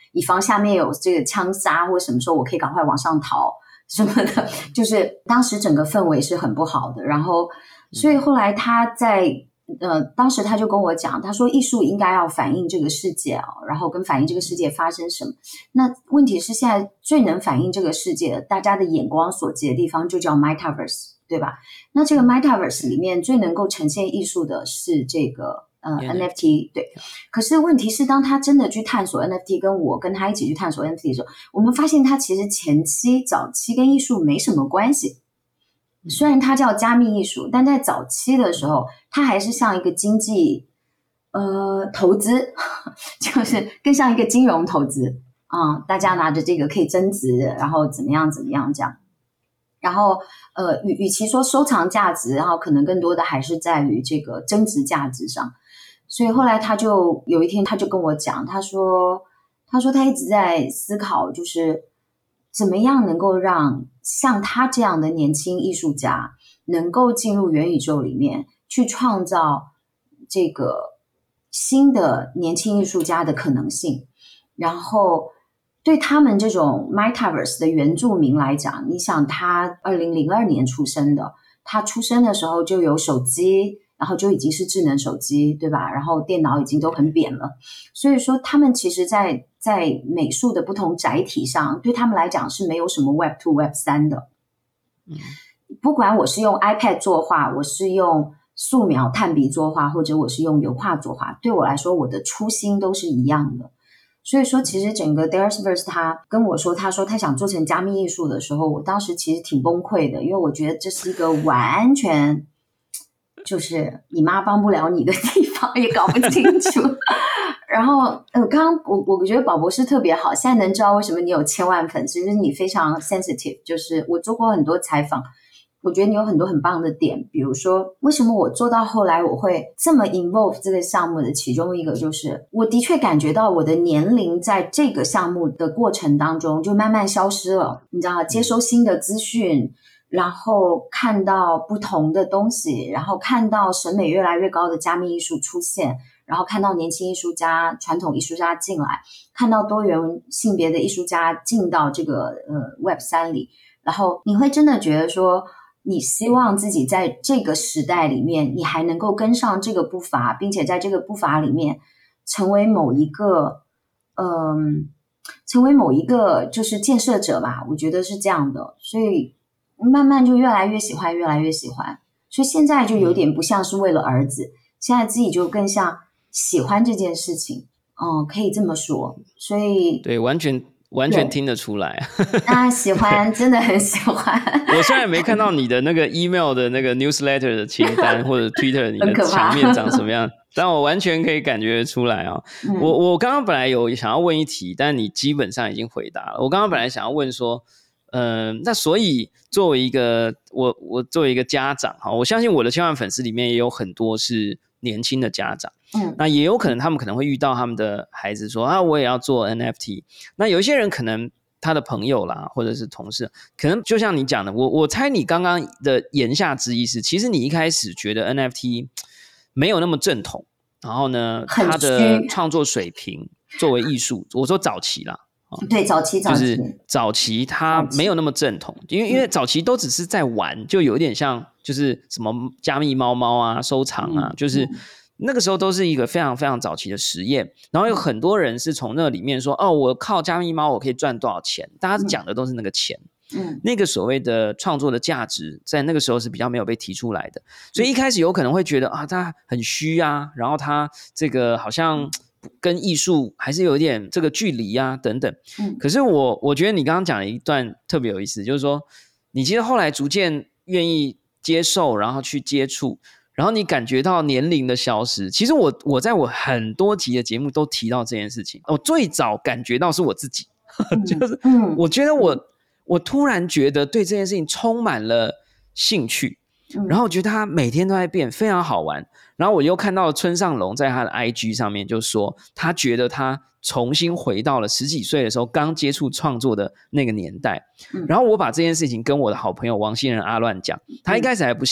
Speaker 1: 以防下面有这个枪杀或什么时候我可以赶快往上逃什么的，就是当时整个氛围是很不好的。然后所以后来他在呃，当时他就跟我讲，他说艺术应该要反映这个世界啊，然后跟反映这个世界发生什么。那问题是现在最能反映这个世界大家的眼光所及的地方就叫 Metaverse， 对吧？那这个 Metaverse 里面最能够呈现艺术的是这个呃 N F T， 对。可是问题是当他真的去探索 N F T， 跟我跟他一起去探索 N F T 的时候，我们发现他其实前期早期跟艺术没什么关系。虽然它叫加密艺术，但在早期的时候它还是像一个经济呃投资，就是更像一个金融投资啊、嗯，大家拿着这个可以增值，然后怎么样怎么样这样。然后呃与与其说收藏价值，然后可能更多的还是在于这个增值价值上。所以后来他就有一天他就跟我讲，他说他说他一直在思考，就是怎么样能够让像他这样的年轻艺术家能够进入元宇宙里面去创造这个新的年轻艺术家的可能性。然后对他们这种 Metaverse 的原住民来讲，你想他二零零二年出生的，他出生的时候就有手机，然后就已经是智能手机，对吧？然后电脑已经都很扁了。所以说他们其实在在美术的不同载体上，对他们来讲是没有什么 Web 二 Web 三的。嗯，不管我是用 iPad 作画，我是用素描炭笔作画，或者我是用油画作画，对我来说我的初心都是一样的。所以说其实整个 Dariusverse 他跟我说，他说他想做成加密艺术的时候，我当时其实挺崩溃的，因为我觉得这是一个完全就是你妈帮不了你的地方，也搞不清楚。然后呃，刚刚我我觉得宝博士特别好，现在能知道为什么你有千万粉丝，就是你非常 sensitive。就是我做过很多采访，我觉得你有很多很棒的点，比如说为什么我做到后来我会这么 involve 这个项目的其中一个就是我的确感觉到我的年龄在这个项目的过程当中就慢慢消失了，你知道，接收新的资讯，然后看到不同的东西，然后看到审美越来越高的加密艺术出现，然后看到年轻艺术家、传统艺术家进来，看到多元性别的艺术家进到这个呃 Web 三 里，然后你会真的觉得说你希望自己在这个时代里面你还能够跟上这个步伐，并且在这个步伐里面成为某一个嗯，成为某一个就是建设者吧，我觉得是这样的。所以慢慢就越来越喜欢越来越喜欢，所以现在就有点不像是为了儿子，现在自己就更像喜欢这件事情，嗯，可以这么说。所以
Speaker 2: 对，完全完全听得出来
Speaker 1: 啊，喜欢，真的很喜欢。
Speaker 2: 我虽然没看到你的那个 email 的那个 newsletter 的清单或者 Twitter 你的墙面长什么样，但我完全可以感觉出来啊、哦嗯。我我刚刚本来有想要问一题，但你基本上已经回答了。我刚刚本来想要问说呃，那所以作为一个我我作为一个家长哈，我相信我的千万粉丝里面也有很多是年轻的家长，嗯，那也有可能他们可能会遇到他们的孩子说啊，我也要做 N F T。那有一些人可能他的朋友啦，或者是同事，可能就像你讲的，我我猜你刚刚的言下之意是，其实你一开始觉得 N F T 没有那么正统，然后呢，他的创作水平作为艺术，我说早期啦。
Speaker 1: 对，早期早期
Speaker 2: 就是早期它没有那么正统，因为因为早期都只是在玩，就有点像就是什么加密猫猫啊、收藏啊，就是那个时候都是一个非常非常早期的实验。然后有很多人是从那里面说，哦，我靠加密猫我可以赚多少钱？大家讲的都是那个钱，嗯，那个所谓的创作的价值，在那个时候是比较没有被提出来的，所以一开始有可能会觉得啊，它很虚啊，然后它这个好像跟艺术还是有一点这个距离啊等等、嗯、可是我我觉得你刚刚讲了一段特别有意思，就是说你其实后来逐渐愿意接受，然后去接触，然后你感觉到年龄的消失。其实我我在我很多集的节目都提到这件事情，我最早感觉到是我自己就是我觉得我我突然觉得对这件事情充满了兴趣，然后我觉得他每天都在变，非常好玩。然后我又看到村上隆在他的 I G 上面就说，他觉得他重新回到了十几岁的时候刚接触创作的那个年代。然后我把这件事情跟我的好朋友王新仁阿乱讲，他一开始还不信，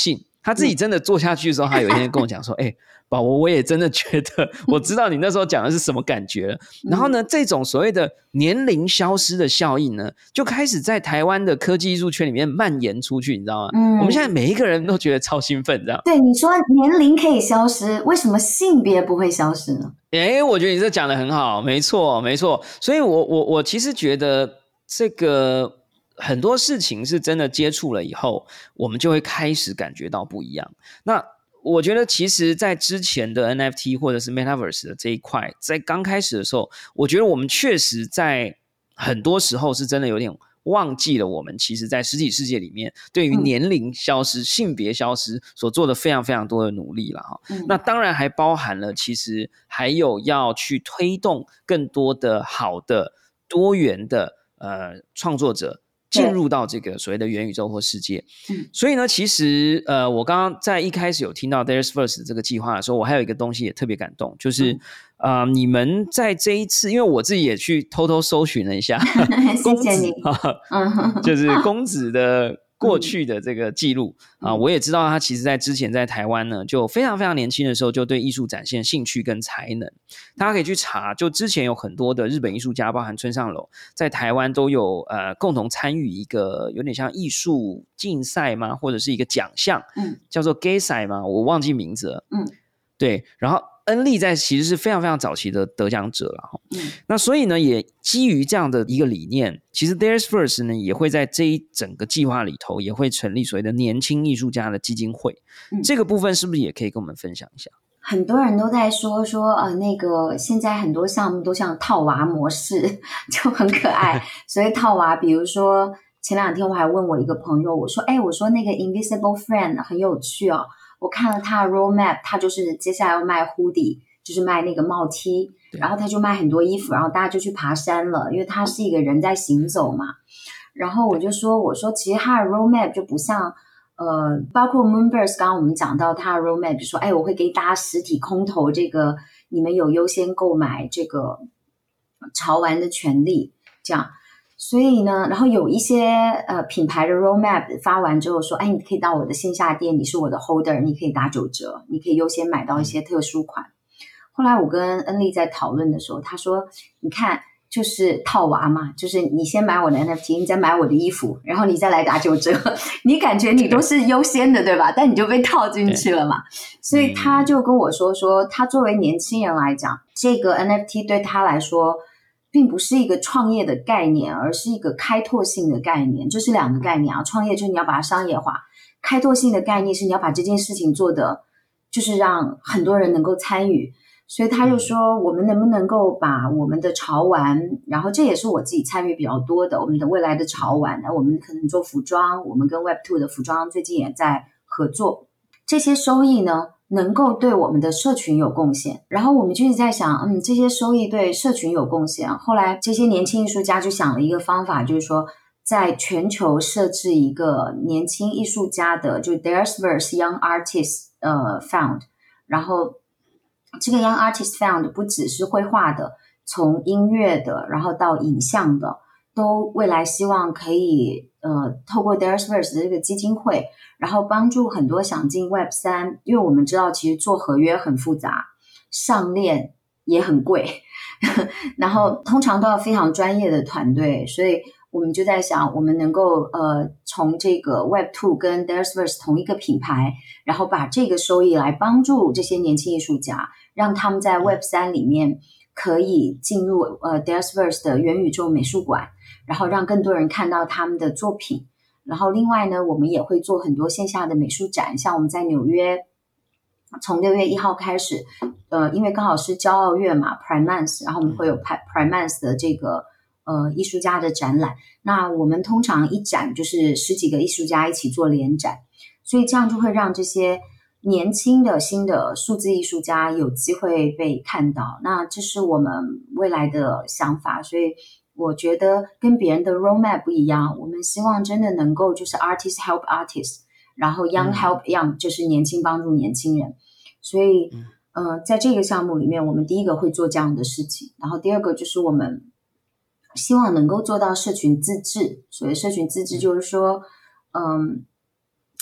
Speaker 2: 他自己真的做下去的时候，他有一天跟我讲说：“哎、欸，宝宝，我也真的觉得，我知道你那时候讲的是什么感觉了。”然后呢，这种所谓的年龄消失的效应呢，就开始在台湾的科技艺术圈里面蔓延出去，你知道吗？嗯，我们现在每一个人都觉得超兴奋，这样。
Speaker 1: 对，你说年龄可以消失，为什么性别不会消失呢？
Speaker 2: 哎，我觉得你这讲的很好，没错，没错。所以我我我其实觉得这个。很多事情是真的接触了以后，我们就会开始感觉到不一样。那我觉得其实在之前的 N F T 或者是 Metaverse 的这一块，在刚开始的时候，我觉得我们确实在很多时候是真的有点忘记了我们其实在实体世界里面对于年龄消失、嗯、性别消失所做的非常非常多的努力了哈、嗯。那当然还包含了其实还有要去推动更多的好的多元的呃创作者进入到这个所谓的元宇宙或世界，嗯，所以呢，其实呃，我刚刚在一开始有听到 There's First 这个计划的时候，我还有一个东西也特别感动，就是、嗯、呃，你们在这一次，因为我自己也去偷偷搜寻了一下，
Speaker 1: 谢谢你，
Speaker 2: 就是公子的过去的这个记录、嗯、啊，我也知道他其实在之前在台湾呢，就非常非常年轻的时候就对艺术展现兴趣跟才能，大家可以去查，就之前有很多的日本艺术家，包含村上隆，在台湾都有呃共同参与一个有点像艺术竞赛吗，或者是一个奖项，嗯，叫做 Gay 赛吗？我忘记名字了，嗯，对，然后恩利在其实是非常非常早期的得奖者了、嗯、那所以呢也基于这样的一个理念，其实 There's First 呢也会在这一整个计划里头也会成立所谓的年轻艺术家的基金会、嗯、这个部分是不是也可以跟我们分享一下？
Speaker 1: 很多人都在说说呃，那个现在很多项目都像套娃模式，就很可爱。所以套娃，比如说前两天我还问我一个朋友，我说，哎，我说那个 Invisible Friend 很有趣哦，我看了他的 roadmap， 他就是接下来要卖 hoodie， 就是卖那个帽 T， 然后他就卖很多衣服，然后大家就去爬山了，因为他是一个人在行走嘛。然后我就说，我说其实他的 roadmap 就不像。呃，包括 Moonverse， 刚刚我们讲到它的 roadmap， 就说，哎，我会给大家实体空投这个，你们有优先购买这个潮玩的权利，这样。所以呢，然后有一些呃品牌的 roadmap 发完之后说，哎，你可以到我的线下店，你是我的 holder， 你可以打九折，你可以优先买到一些特殊款。后来我跟恩利在讨论的时候，他说，你看。就是套娃嘛，就是你先买我的 N F T， 你再买我的衣服，然后你再来打九折，你感觉你都是优先的，对吧？但你就被套进去了嘛。所以他就跟我说说，他作为年轻人来讲，这个 N F T 对他来说并不是一个创业的概念，而是一个开拓性的概念。这是两个概念啊，创业就是你要把它商业化，开拓性的概念是你要把这件事情做的就是让很多人能够参与。所以他就说，我们能不能够把我们的潮玩，然后这也是我自己参与比较多的，我们的未来的潮玩，我们可能做服装，我们跟 Web 二 的服装最近也在合作，这些收益呢，能够对我们的社群有贡献。然后我们就一直在想，嗯，这些收益对社群有贡献。后来这些年轻艺术家就想了一个方法，就是说，在全球设置一个年轻艺术家的，就 There's First Young Artist 呃 Fund， 然后这个 Young Artist Fund 不只是绘画的，从音乐的，然后到影像的，都未来希望可以呃透过 There's First 的这个基金会，然后帮助很多想进 Web 三，因为我们知道其实做合约很复杂，上链也很贵，然后通常都要非常专业的团队，所以我们就在想，我们能够呃从这个 Web 二 跟 There's First 同一个品牌，然后把这个收益来帮助这些年轻艺术家，让他们在 Web 三 里面可以进入呃 There's First 的元宇宙美术馆，然后让更多人看到他们的作品。然后另外呢，我们也会做很多线下的美术展，像我们在纽约，从六月一号开始，呃，因为刚好是骄傲月嘛 ，Pride Month， 然后我们会有 Pride Month 的这个呃艺术家的展览。那我们通常一展就是十几个艺术家一起做联展，所以这样就会让这些年轻的新的数字艺术家有机会被看到。那这是我们未来的想法，所以我觉得跟别人的 roadmap 不一样，我们希望真的能够就是 artist help artist， 然后 young help young， 就是年轻帮助年轻人。所以呃，在这个项目里面，我们第一个会做这样的事情，然后第二个就是我们希望能够做到社群自治。所谓社群自治就是说嗯，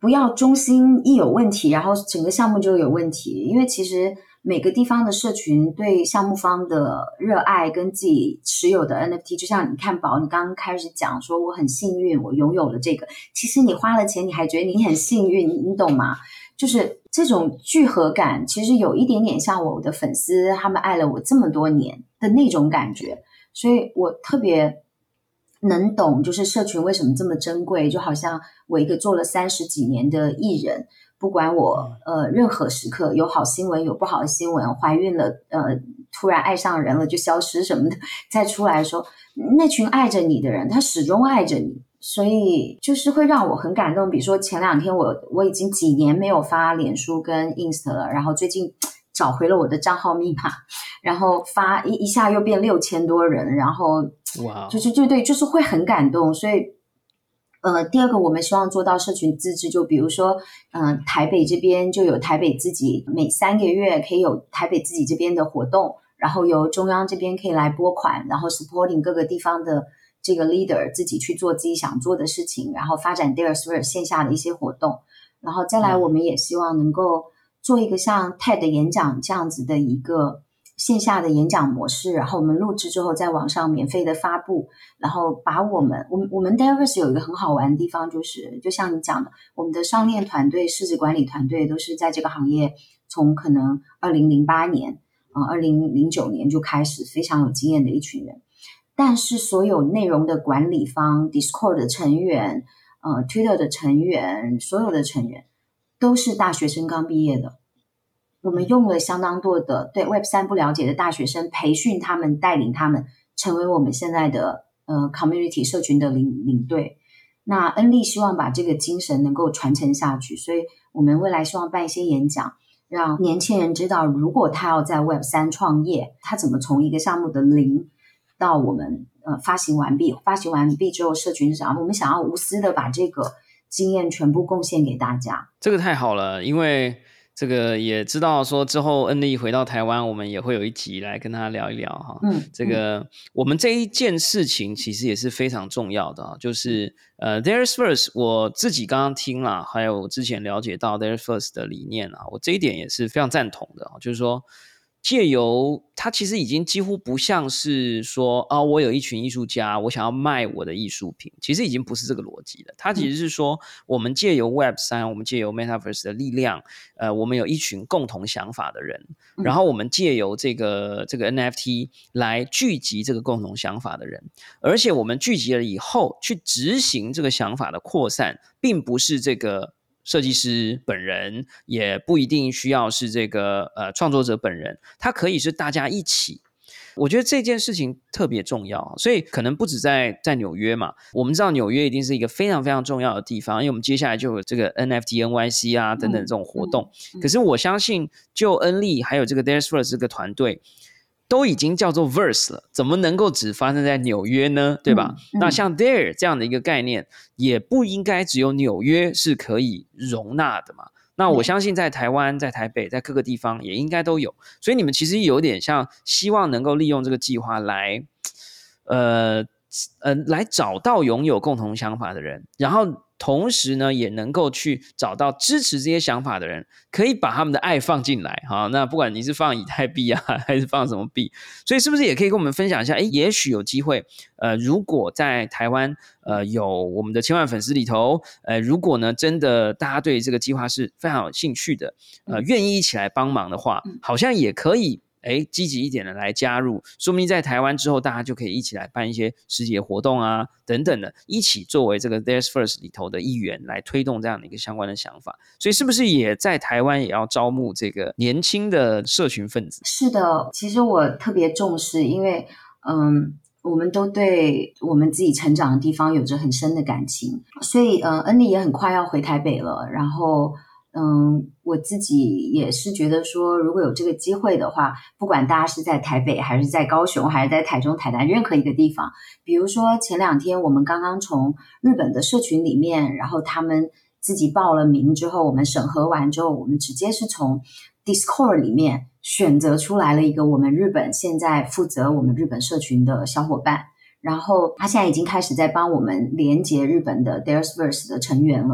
Speaker 1: 不要中心一有问题，然后整个项目就有问题。因为其实每个地方的社群对项目方的热爱跟自己持有的 N F T， 就像你看宝，你刚刚开始讲说我很幸运我拥有了这个，其实你花了钱你还觉得你很幸运，你懂吗？就是这种聚合感其实有一点点像我的粉丝他们爱了我这么多年的那种感觉，所以我特别能懂就是社群为什么这么珍贵。就好像我一个做了三十几年的艺人，不管我呃任何时刻有好新闻有不好的新闻，怀孕了呃突然爱上人了就消失什么的，再出来的时候那群爱着你的人他始终爱着你，所以就是会让我很感动。比如说前两天我我已经几年没有发脸书跟 Insta 了，然后最近找回了我的账号密码，然后发一一下又变六千多人，然后
Speaker 2: 哇，
Speaker 1: 就是就对，就是会很感动。所以呃，第二个我们希望做到社群自治，就比如说嗯、呃，台北这边就有台北自己每三个月可以有台北自己这边的活动，然后由中央这边可以来拨款，然后 supporting 各个地方的这个 leader 自己去做自己想做的事情，然后发展 Theirs 线下的一些活动。然后再来我们也希望能够做一个像 TED 演讲这样子的一个线下的演讲模式，然后我们录制之后在网上免费的发布，然后把我们我们我们 Theirs 有一个很好玩的地方，就是就像你讲的，我们的上链团队市值管理团队都是在这个行业从可能二零零八年呃二零零九年就开始非常有经验的一群人，但是所有内容的管理方 Discord 的成员呃 Twitter 的成员所有的成员都是大学生刚毕业的。我们用了相当多的对 Web 三 不了解的大学生培训他们，带领他们成为我们现在的呃 community 社群的领领队。那恩利希望把这个精神能够传承下去，所以我们未来希望办一些演讲，让年轻人知道如果他要在 Web 三 创业，他怎么从一个项目的零到我们呃发行完毕，发行完毕之后社群上我们想要无私的把这个经验全部贡献给大家。
Speaker 2: 这个太好了，因为这个也知道说之后恩利回到台湾我们也会有一集来跟他聊一聊哈。
Speaker 1: 嗯，
Speaker 2: 这个、嗯、我们这一件事情其实也是非常重要的，就是呃 Theirs First 我自己刚刚听了，还有之前了解到 Theirs First 的理念啊，我这一点也是非常赞同的，就是说借由它其实已经几乎不像是说啊、哦，我有一群艺术家我想要卖我的艺术品，其实已经不是这个逻辑了。它其实是说我们借由 Web 三 我们借由 Metaverse 的力量，呃，我们有一群共同想法的人，然后我们借由这个这个 N F T 来聚集这个共同想法的人，而且我们聚集了以后去执行这个想法的扩散，并不是这个设计师本人，也不一定需要是这个呃创作者本人，它可以是大家一起。我觉得这件事情特别重要，所以可能不止在在纽约嘛，我们知道纽约一定是一个非常非常重要的地方，因为我们接下来就有这个 N F T N Y C 啊等等这种活动、嗯嗯嗯、可是我相信就恩利还有这个 Theirs First 这个团队都已经叫做 Verse 了，怎么能够只发生在纽约呢？对吧、嗯嗯、那像 There 这样的一个概念也不应该只有纽约是可以容纳的嘛，那我相信在台湾在台北在各个地方也应该都有，所以你们其实有点像希望能够利用这个计划来呃呃来找到拥有共同想法的人，然后同时呢也能够去找到支持这些想法的人，可以把他们的爱放进来。好，那不管你是放以太币啊还是放什么币，所以是不是也可以跟我们分享一下，诶也许有机会呃，如果在台湾呃有我们的千万粉丝里头，呃，如果呢真的大家对这个计划是非常有兴趣的，呃，愿意一起来帮忙的话，好像也可以诶积极一点的来加入，说明在台湾之后大家就可以一起来办一些实体的活动啊等等的，一起作为这个 Theirs First 里头的一员来推动这样的一个相关的想法。所以是不是也在台湾也要招募这个年轻的社群分子？
Speaker 1: 是的，其实我特别重视，因为嗯我们都对我们自己成长的地方有着很深的感情，所以呃恩利也很快要回台北了，然后嗯，我自己也是觉得说如果有这个机会的话，不管大家是在台北还是在高雄还是在台中台南任何一个地方，比如说前两天我们刚刚从日本的社群里面，然后他们自己报了名之后，我们审核完之后，我们直接是从 Discord 里面选择出来了一个我们日本现在负责我们日本社群的小伙伴，然后他现在已经开始在帮我们连接日本的 Theirs Verse 的成员了。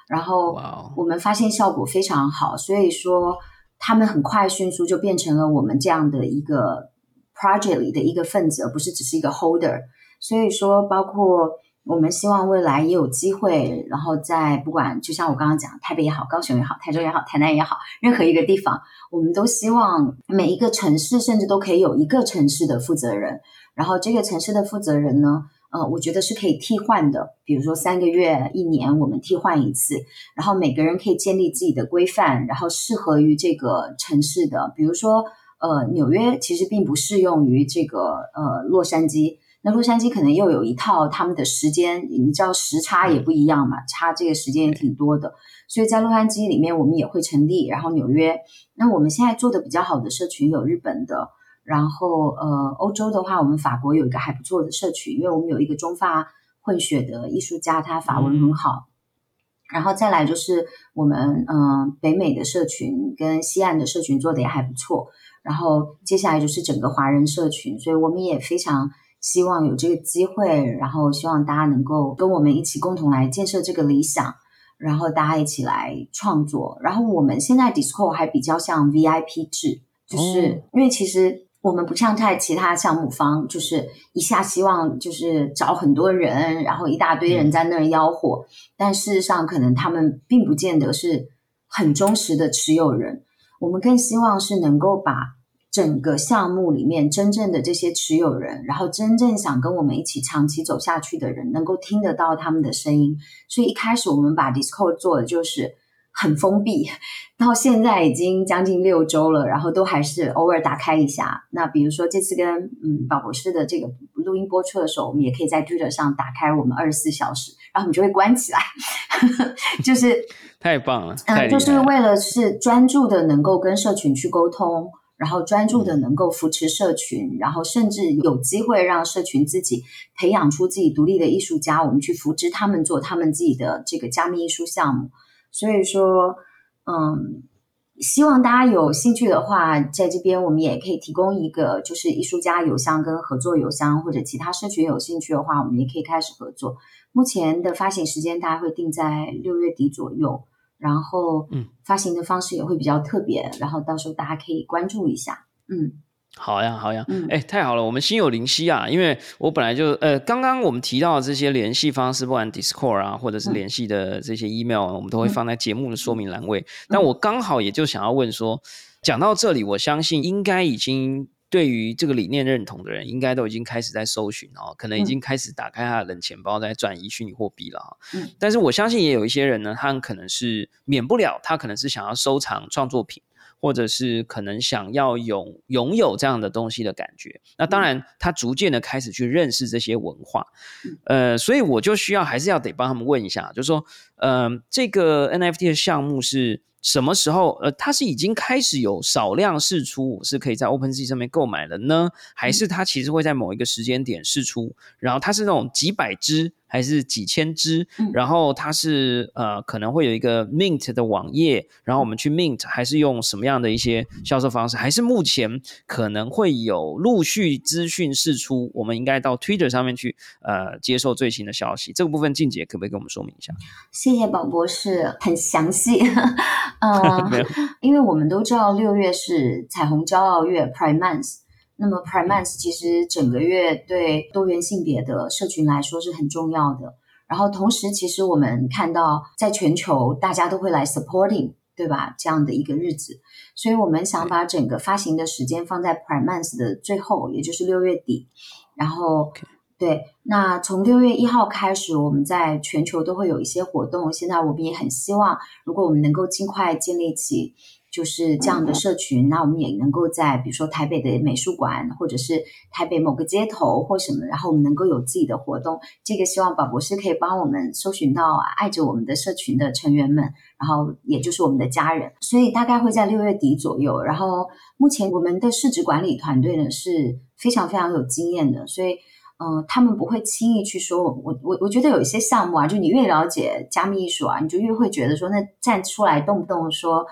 Speaker 1: 然后我们发现效果非常好，所以说他们很快迅速就变成了我们这样的一个 project 里的一个分子，而不是只是一个 holder。所以说包括我们希望未来也有机会，然后在不管就像我刚刚讲台北也好，高雄也好，台中也好，台南也好，任何一个地方，我们都希望每一个城市甚至都可以有一个城市的负责人，然后这个城市的负责人呢呃，我觉得是可以替换的，比如说三个月一年我们替换一次，然后每个人可以建立自己的规范，然后适合于这个城市的，比如说呃，纽约其实并不适用于这个呃洛杉矶，那洛杉矶可能又有一套他们的时间，你知道时差也不一样嘛，差这个时间也挺多的，所以在洛杉矶里面我们也会成立，然后纽约，那我们现在做的比较好的社群有日本的，然后呃，欧洲的话我们法国有一个还不错的社群，因为我们有一个中法混血的艺术家，他法文很好、嗯、然后再来就是我们嗯、呃、北美的社群跟西岸的社群做的也还不错，然后接下来就是整个华人社群，所以我们也非常希望有这个机会，然后希望大家能够跟我们一起共同来建设这个理想，然后大家一起来创作。然后我们现在 Discord 还比较像 V I P 制，就是因为其实我们不像在其他项目方，就是一下希望就是找很多人，然后一大堆人在那儿吆喝、嗯、但事实上可能他们并不见得是很忠实的持有人，我们更希望是能够把整个项目里面真正的这些持有人，然后真正想跟我们一起长期走下去的人能够听得到他们的声音，所以一开始我们把 Discord 做的就是很封闭，到现在已经将近六周了，然后都还是偶尔打开一下。那比如说这次跟嗯宝博士的这个录音播出的时候，我们也可以在 Twitter 上打开我们二十四小时，然后我们就会关起来就是
Speaker 2: 太棒了、
Speaker 1: 呃、就是为了是专注的能够跟社群去沟通，然后专注的能够扶持社群、嗯、然后甚至有机会让社群自己培养出自己独立的艺术家，我们去扶持他们做他们自己的这个加密艺术项目。所以说嗯，希望大家有兴趣的话，在这边我们也可以提供一个就是艺术家邮箱跟合作邮箱，或者其他社群有兴趣的话我们也可以开始合作。目前的发行时间大概会定在六月底左右，然后发行的方式也会比较特别、嗯、然后到时候大家可以关注一下。嗯，
Speaker 2: 好呀好呀，哎、嗯，太好了，我们心有灵犀啊！因为我本来就呃，刚刚我们提到的这些联系方式，不管 Discord 啊，或者是联系的这些 email，、嗯、我们都会放在节目的说明栏位、嗯。但我刚好也就想要问说，讲到这里，我相信应该已经对于这个理念认同的人，应该都已经开始在搜寻哦，可能已经开始打开他的冷钱包，在转移虚拟货币了。嗯，但是我相信也有一些人呢，他可能是免不了，他可能是想要收藏创作品。或者是可能想要有拥有这样的东西的感觉，那当然他逐渐的开始去认识这些文化，呃，所以我就需要还是要得帮他们问一下，就是说呃，这个 N F T 的项目是什么时候呃，它是已经开始有少量释出，是可以在 OpenSea 上面购买的呢，还是它其实会在某一个时间点释出，然后它是那种几百只还是几千只、嗯、然后它是呃可能会有一个 mint 的网页，然后我们去 mint， 还是用什么样的一些销售方式，还是目前可能会有陆续资讯释出，我们应该到 Twitter 上面去呃接受最新的消息，这个部分静姐可不可以跟我们说明一下？
Speaker 1: 谢谢宝博士，很详细呃，因为我们都知道六月是彩虹骄傲月 Pride Month，那么 Pride Month 其实整个月对多元性别的社群来说是很重要的，然后同时其实我们看到在全球大家都会来 supporting 对吧，这样的一个日子，所以我们想把整个发行的时间放在 Pride Month 的最后，也就是六月底，然后对，那从六月一号开始我们在全球都会有一些活动，现在我们也很希望如果我们能够尽快建立起就是这样的社群，那我们也能够在比如说台北的美术馆或者是台北某个街头或什么，然后我们能够有自己的活动，这个希望宝博士可以帮我们搜寻到爱着我们的社群的成员们，然后也就是我们的家人，所以大概会在六月底左右，然后目前我们的市值管理团队呢是非常非常有经验的，所以嗯、呃，他们不会轻易去说我我我觉得有一些项目啊，就你越了解加密艺术啊，你就越会觉得说那站出来动不动说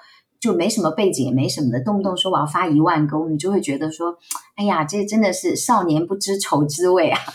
Speaker 1: 就没什么背景也没什么的，动不动说我要发一万个，我们就会觉得说，哎呀，这真的是少年不知愁滋味啊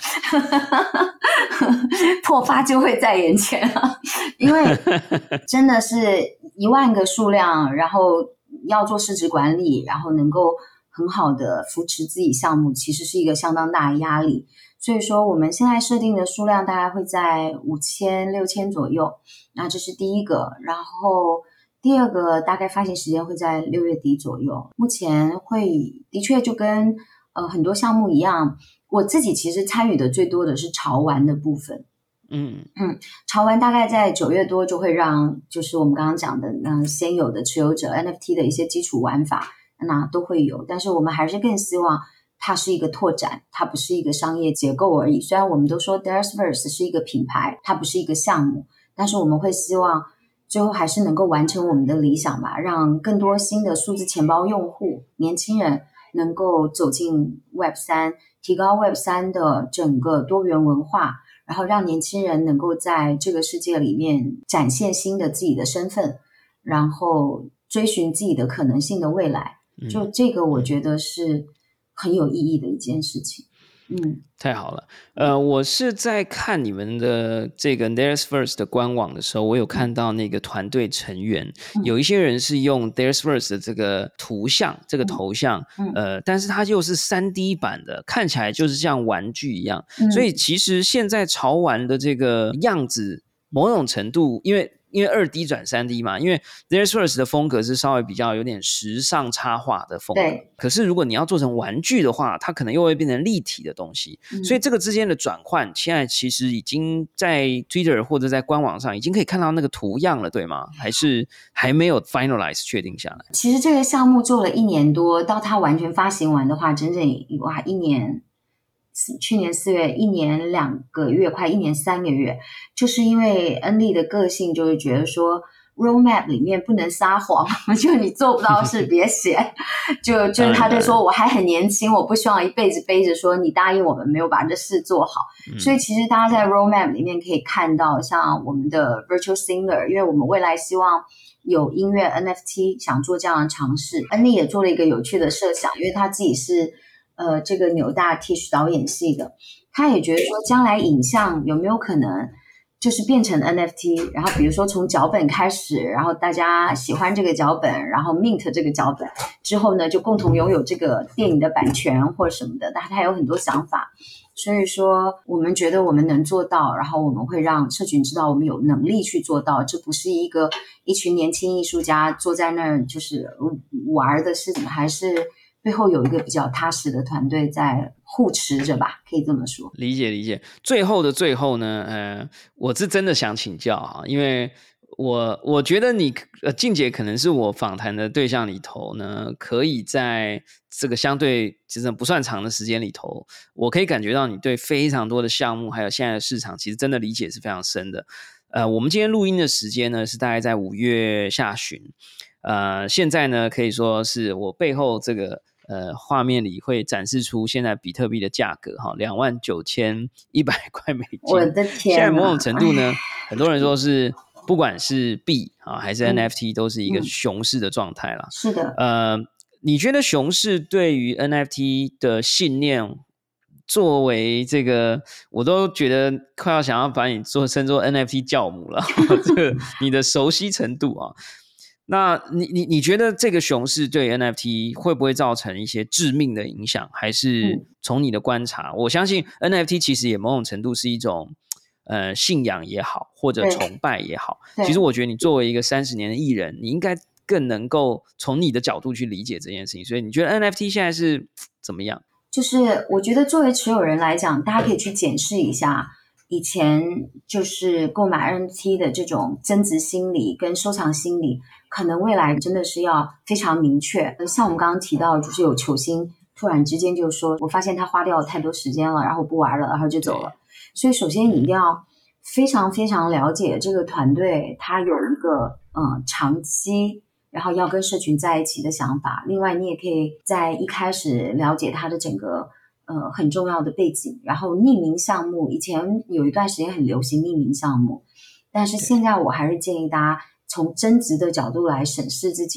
Speaker 1: 破发就会在眼前啊，因为真的是一万个数量，然后要做市值管理，然后能够很好的扶持自己项目，其实是一个相当大的压力。所以说我们现在设定的数量大概会在五千六千左右，那这是第一个。然后第二个大概发行时间会在六月底左右。目前会的确就跟呃很多项目一样，我自己其实参与的最多的是潮玩的部分。
Speaker 2: 嗯
Speaker 1: 嗯，潮玩大概在九月多就会让就是我们刚刚讲的嗯先有的持有者 N F T 的一些基础玩法那都会有，但是我们还是更希望它是一个拓展，它不是一个商业结构而已。虽然我们都说 Daresverse 是一个品牌，它不是一个项目，但是我们会希望最后还是能够完成我们的理想吧，让更多新的数字钱包用户、年轻人能够走进 Web 三， 提高 Web 三的整个多元文化，然后让年轻人能够在这个世界里面展现新的自己的身份，然后追寻自己的可能性的未来。就这个我觉得是很有意义的一件事情。嗯，
Speaker 2: 太好了。呃，我是在看你们的这个 Daresverse 的官网的时候，我有看到那个团队成员、嗯、有一些人是用 Daresverse 的这个图像这个头像、嗯、呃，但是它又是 三 D 版的，看起来就是像玩具一样、嗯、所以其实现在潮玩的这个样子某种程度因为因为 二 D 转 三 D 嘛，因为 Daresverse 的风格是稍微比较有点时尚插画的风格，
Speaker 1: 对。
Speaker 2: 可是如果你要做成玩具的话，它可能又会变成立体的东西、嗯、所以这个之间的转换现在其实已经在 Twitter 或者在官网上已经可以看到那个图样了，对吗？还是还没有 finalize 确定下来？
Speaker 1: 其实这个项目做了一年多，到它完全发行完的话，整整哇一年，去年四月一年两个月，快一年三个月，就是因为恩利的个性就是觉得说 roadmap 里面不能撒谎，就你做不到事别写就就是他就说我还很年轻，我不希望一辈子背着说你答应我们没有把这事做好、嗯、所以其实大家在 roadmap 里面可以看到像我们的 virtual singer， 因为我们未来希望有音乐 N F T 想做这样的尝试，恩利也做了一个有趣的设想，因为他自己是呃，这个纽大 Tisch 导演系的，他也觉得说将来影像有没有可能就是变成 N F T， 然后比如说从脚本开始，然后大家喜欢这个脚本，然后 mint 这个脚本之后呢就共同拥有这个电影的版权或者什么的，但他有很多想法，所以说我们觉得我们能做到，然后我们会让社群知道我们有能力去做到，这不是一个一群年轻艺术家坐在那儿就是玩的事情，还是背后有一个比较踏实的团队在护持着吧，可以这么说。
Speaker 2: 理解理解。最后的最后呢，呃，我是真的想请教哈，因为我我觉得你呃静姐可能是我访谈的对象里头呢，可以在这个相对其实不算长的时间里头，我可以感觉到你对非常多的项目还有现在的市场其实真的理解是非常深的。呃，我们今天录音的时间呢是大概在五月下旬，呃，现在呢可以说是我背后这个呃画面里会展示出现在比特币的价格哈，两万九千一百块美金。
Speaker 1: 我的天哪！
Speaker 2: 现在某种程度呢，很多人说是不管是币啊还是 N F T、嗯、都是一个熊市的状态啦、
Speaker 1: 嗯。是的。
Speaker 2: 呃，你觉得熊市对于 N F T 的信念？作为这个我都觉得快要想要把你做称作 N F T 教母了这个你的熟悉程度啊，那你你你觉得这个熊市对 N F T 会不会造成一些致命的影响？还是从你的观察、嗯、我相信 N F T 其实也某种程度是一种呃信仰也好或者崇拜也好，其实我觉得你作为一个三十年的艺人，你应该更能够从你的角度去理解这件事情，所以你觉得 N F T 现在是怎么样？
Speaker 1: 就是我觉得作为持有人来讲，大家可以去检视一下以前就是购买 N F T 的这种增值心理跟收藏心理，可能未来真的是要非常明确。像我们刚刚提到就是有球星突然之间就说我发现他花掉太多时间了，然后不玩了，然后就走了。所以首先你一定要非常非常了解这个团队他有一个嗯长期然后要跟社群在一起的想法，另外你也可以在一开始了解它的整个呃很重要的背景，然后匿名项目以前有一段时间很流行匿名项目，但是现在我还是建议大家从增值的角度来审视自己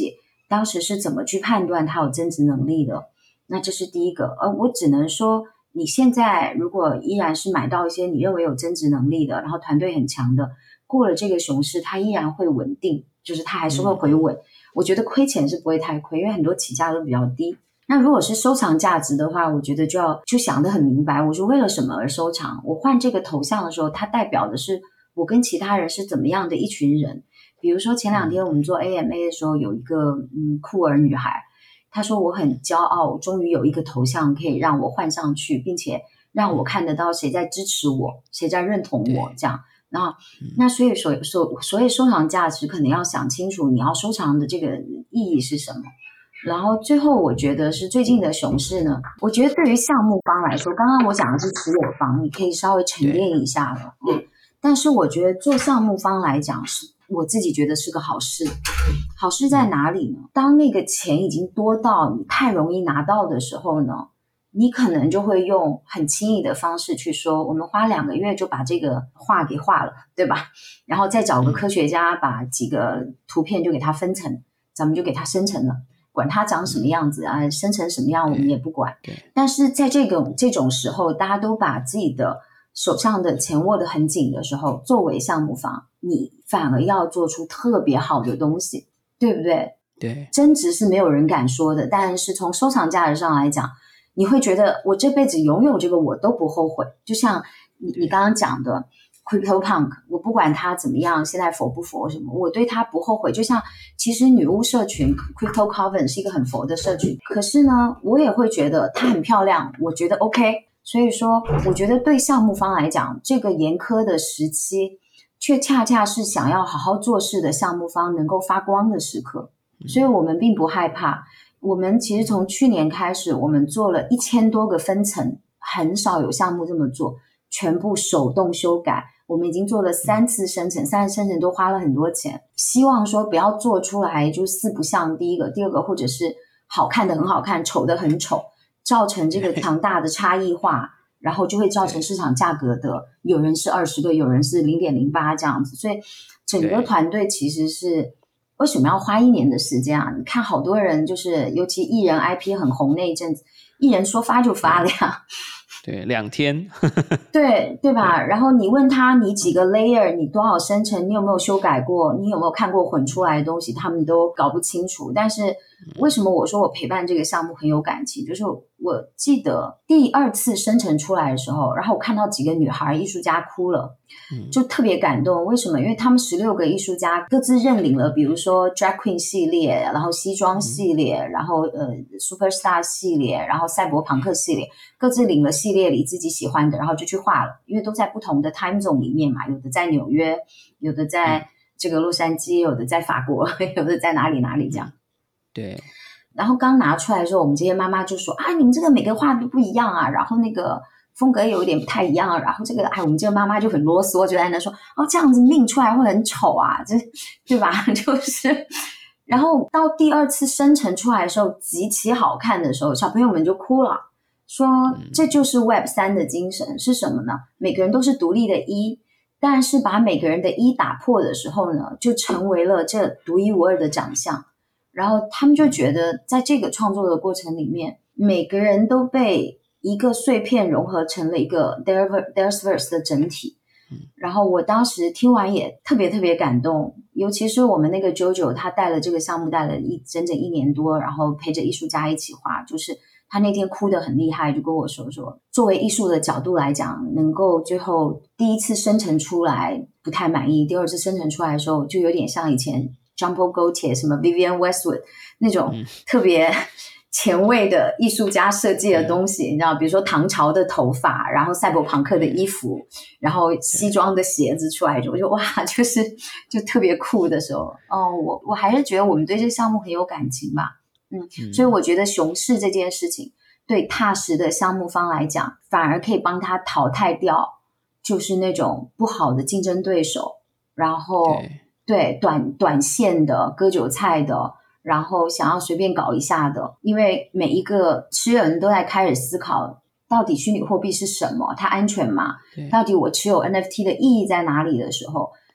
Speaker 1: 当时是怎么去判断它有增值能力的。那这是第一个，而我只能说你现在如果依然是买到一些你认为有增值能力的，然后团队很强的，过了这个熊市它依然会稳定，就是它还是会回稳、嗯、我觉得亏钱是不会太亏，因为很多起价都比较低。那如果是收藏价值的话，我觉得就要就想得很明白，我是为了什么而收藏。我换这个头像的时候，它代表的是我跟其他人是怎么样的一群人。比如说前两天我们做 A M A 的时候，有一个嗯酷儿女孩，她说我很骄傲，终于有一个头像可以让我换上去，并且让我看得到谁在支持我，谁在认同我这样。那那所以说所所以收藏价值可能要想清楚你要收藏的这个意义是什么。然后最后我觉得是最近的熊市呢，我觉得对于项目方来说，刚刚我讲的是持有方，你可以稍微沉淀一下了，嗯，但是我觉得做项目方来讲，是我自己觉得是个好事。好事在哪里呢？当那个钱已经多到你太容易拿到的时候呢，你可能就会用很轻易的方式去说，我们花两个月就把这个画给画了，对吧？然后再找个科学家把几个图片就给它分层，咱们就给它生成了。管它长什么样子啊，生成什么样我们也不管。但是在这个这种时候，大家都把自己的手上的钱握得很紧的时候，作为项目方，你反而要做出特别好的东西，对不对？
Speaker 2: 对，
Speaker 1: 增值是没有人敢说的，但是从收藏价值上来讲，你会觉得我这辈子拥有这个我都不后悔。就像你你刚刚讲的CryptoPunk， 我不管它怎么样，现在佛不佛什么，我对它不后悔。就像其实女巫社群 Crypto Coven 是一个很佛的社群，可是呢，我也会觉得它很漂亮，我觉得 OK。所以说，我觉得对项目方来讲，这个严苛的时期，却恰恰是想要好好做事的项目方能够发光的时刻。所以我们并不害怕。我们其实从去年开始，我们做了一千多个分层，很少有项目这么做。全部手动修改，我们已经做了三次生成，三次生成都花了很多钱，希望说不要做出来就四不像，第一个第二个或者是好看的很好看，丑的很丑，造成这个强大的差异化，然后就会造成市场价格的有人是二十个，有人是 零点零八 这样子。所以整个团队其实是为什么要花一年的时间啊？你看好多人就是尤其艺人 I P 很红那一阵子，艺人说发就发了呀，
Speaker 2: 对，两天
Speaker 1: 对对吧？然后你问他你几个 layer， 你多少生成，你有没有修改过，你有没有看过混出来的东西，他们都搞不清楚。但是为什么我说我陪伴这个项目很有感情，就是我记得第二次生成出来的时候，然后我看到几个女孩艺术家哭了，就特别感动。为什么？因为他们十六个艺术家各自认领了，比如说 drag queen 系列，然后西装系列，然后呃 superstar 系列，然后赛博朋克系列，各自领了系列里自己喜欢的，然后就去画了。因为都在不同的 time zone 里面嘛，有的在纽约，有的在这个洛杉矶，有的在法国，有的在哪里哪里这样。
Speaker 2: 对。
Speaker 1: 然后刚拿出来的时候，我们这些妈妈就说啊，你们这个每个画都不一样啊，然后那个风格有一点不太一样啊，然后这个哎，我们这个妈妈就很啰嗦，就在那说哦，这样子命出来会很丑啊，这对吧？就是然后到第二次生成出来的时候极其好看的时候，小朋友们就哭了，说这就是 Web 三 的精神是什么呢？每个人都是独立的一，但是把每个人的一打破的时候呢，就成为了这独一无二的长相。然后他们就觉得在这个创作的过程里面，每个人都被一个碎片融合成了一个 There's Verse 的整体。然后我当时听完也特别特别感动，尤其是我们那个 JoJo 他带了这个项目带了一整整一年多，然后陪着艺术家一起画，就是他那天哭得很厉害，就跟我说说作为艺术的角度来讲，能够最后第一次生成出来不太满意，第二次生成出来的时候就有点像以前Jean-Paul Gaultier 什么 Vivienne Westwood 那种特别前卫的艺术家设计的东西，你知道，比如说唐朝的头发，然后赛博朋克的衣服，然后西装的鞋子出来，我就哇，就是就特别酷的时候，哦，我我还是觉得我们对这个项目很有感情吧，嗯，所以我觉得熊市这件事情对踏实的项目方来讲，反而可以帮他淘汰掉就是那种不好的竞争对手，然后对短短线的割韭菜的，然后想要随便搞一下的，因为每一个持有人都在开始思考到底虚拟货币是什么，它安全吗？到底我持有 N F T 的意义在哪里的时候，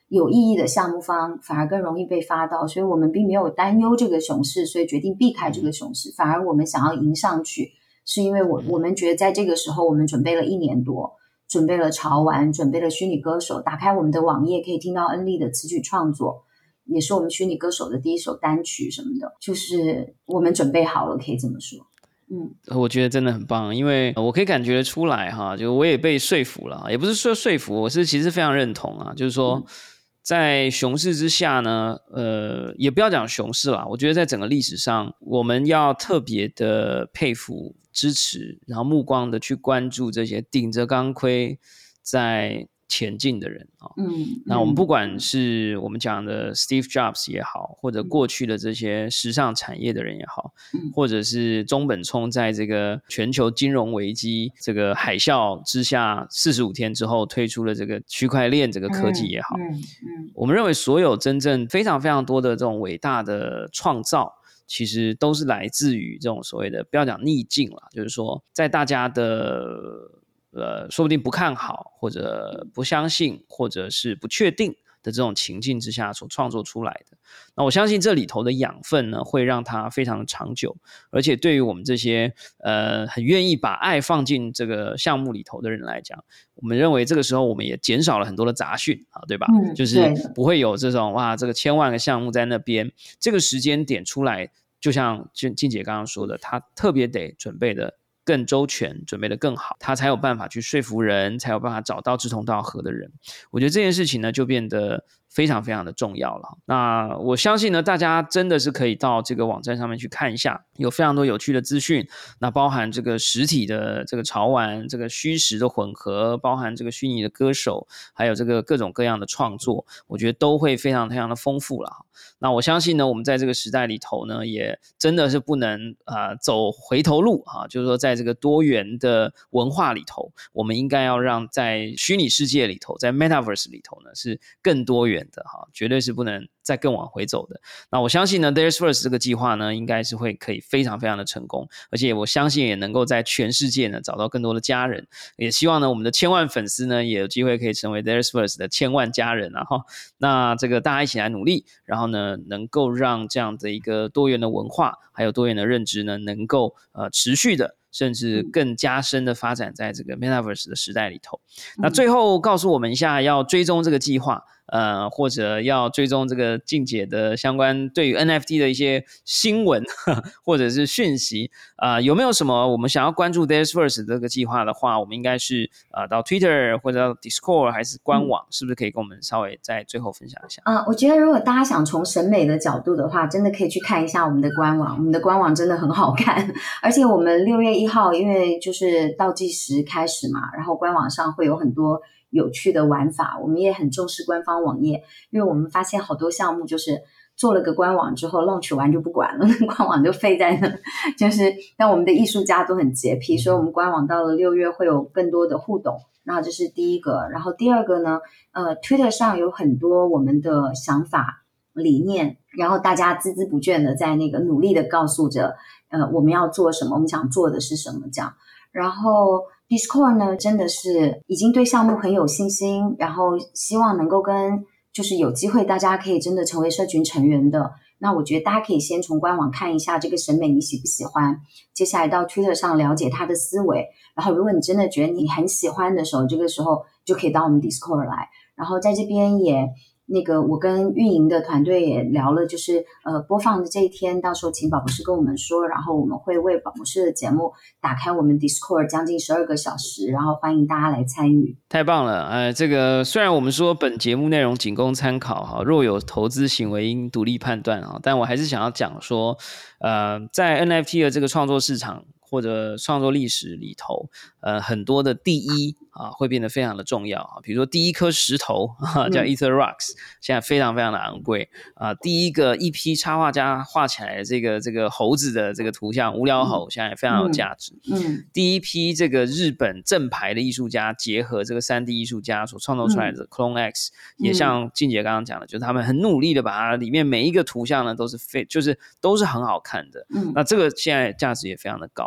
Speaker 1: 有意义的项目方反而更容易被发到，所以我们并没有担忧这个熊市，所以决定避开这个熊市，反而我们想要迎上去，是因为我我们觉得在这个时候我们准备了一年多，准备了潮玩，准备了虚拟歌手，打开我们的网页可以听到恩利的词曲创作，也是我们虚拟歌手的第一首单曲什么的，就是我们准备好了，可以这么说。嗯，
Speaker 2: 我觉得真的很棒，因为我可以感觉出来哈，就我也被说服了，也不是说说服，我是其实非常认同啊，就是说在熊市之下呢，呃，也不要讲熊市啦，我觉得在整个历史上，我们要特别的佩服、支持，然后目光的去关注这些顶着钢盔在前进的人啊、哦，
Speaker 1: 嗯，
Speaker 2: 那我们不管是我们讲的 Steve Jobs 也好，或者过去的这些时尚产业的人也好，
Speaker 1: 嗯、
Speaker 2: 或者是中本聪在这个全球金融危机这个海啸之下四十五天之后推出了这个区块链这个科技也好，
Speaker 1: 嗯 嗯, 嗯
Speaker 2: 我们认为所有真正非常非常多的这种伟大的创造，其实都是来自于这种所谓的不要讲逆境啦，就是说在大家的呃，说不定不看好，或者不相信，或者是不确定的这种情境之下所创作出来的。那我相信这里头的养分呢，会让它非常的长久，而且对于我们这些呃很愿意把爱放进这个项目里头的人来讲，我们认为这个时候我们也减少了很多的杂讯啊，对吧？
Speaker 1: 嗯、
Speaker 2: 就是不会有这种哇，这个千万个项目在那边，这个时间点出来，就像静姐刚刚说的，他特别得准备的更周全，准备的更好，他才有办法去说服人，才有办法找到志同道合的人。我觉得这件事情呢，就变得非常非常的重要了。那我相信呢，大家真的是可以到这个网站上面去看一下，有非常多有趣的资讯，那包含这个实体的这个潮玩，这个虚实的混合，包含这个虚拟的歌手，还有这个各种各样的创作，我觉得都会非常非常的丰富了。那我相信呢，我们在这个时代里头呢，也真的是不能呃走回头路啊，就是说在这个多元的文化里头，我们应该要让在虚拟世界里头，在 Metaverse 里头呢是更多元的哈，绝对是不能再更往回走的。那我相信呢 There's First 这个计划呢，应该是会可以非常非常的成功，而且我相信也能够在全世界呢找到更多的家人，也希望呢我们的千万粉丝呢也有机会可以成为 There's First 的千万家人啊哈。那这个大家一起来努力，然后呢能够让这样的一个多元的文化还有多元的认知呢能够呃持续的甚至更加深的发展在这个 Metaverse 的时代里头。那最后告诉我们一下，要追踪这个计划呃，或者要追踪这个静姐的相关对于 N F T 的一些新闻或者是讯息啊、呃，有没有什么我们想要关注 There's First 这个计划的话，我们应该是呃到 Twitter 或者到 Discord 还是官网、嗯、是不是可以跟我们稍微在最后分享一下？
Speaker 1: 啊、呃，我觉得如果大家想从审美的角度的话，真的可以去看一下我们的官网，我们的官网真的很好看，而且我们六月一号因为就是倒计时开始嘛，然后官网上会有很多有趣的玩法，我们也很重视官方网页，因为我们发现好多项目就是做了个官网之后 launch 完就不管了，那官网就废在那，就是但我们的艺术家都很洁癖，所以我们官网到了六月会有更多的互动，然后这是第一个。然后第二个呢呃 Twitter 上有很多我们的想法理念，然后大家孜孜不倦的在那个努力的告诉着呃我们要做什么，我们想做的是什么这样。然后 Discord 呢真的是已经对项目很有信心，然后希望能够跟就是有机会大家可以真的成为社群成员的。那我觉得大家可以先从官网看一下这个审美你喜不喜欢，接下来到 Twitter 上了解他的思维，然后如果你真的觉得你很喜欢的时候，这个时候就可以到我们 Discord 来。然后在这边也那个我跟运营的团队也聊了，就是呃播放的这一天到时候请宝博士跟我们说，然后我们会为宝博士的节目打开我们 Discord 将近十二个小时，然后欢迎大家来参与。
Speaker 2: 太棒了，呃，这个虽然我们说本节目内容仅供参考哈，若有投资行为应独立判断啊，但我还是想要讲说，呃，在 N F T 的这个创作市场或者创作历史里头，呃，很多的第一啊会变得非常的重要啊，比如说第一颗石头啊叫 Ether Rocks，、嗯、现在非常非常的昂贵啊，第一个一批插画家画起来的这个这个猴子的这个图像无聊猴、嗯、现在也非常有价值，嗯，嗯第一批这个日本正牌的艺术家结合这个 三 D 艺术家所创作出来的 Clone X，、嗯、也像静姐刚刚讲的，就是他们很努力的把它里面每一个图像呢都是非就是都是很好看的，嗯，那这个现在价值也非常的高。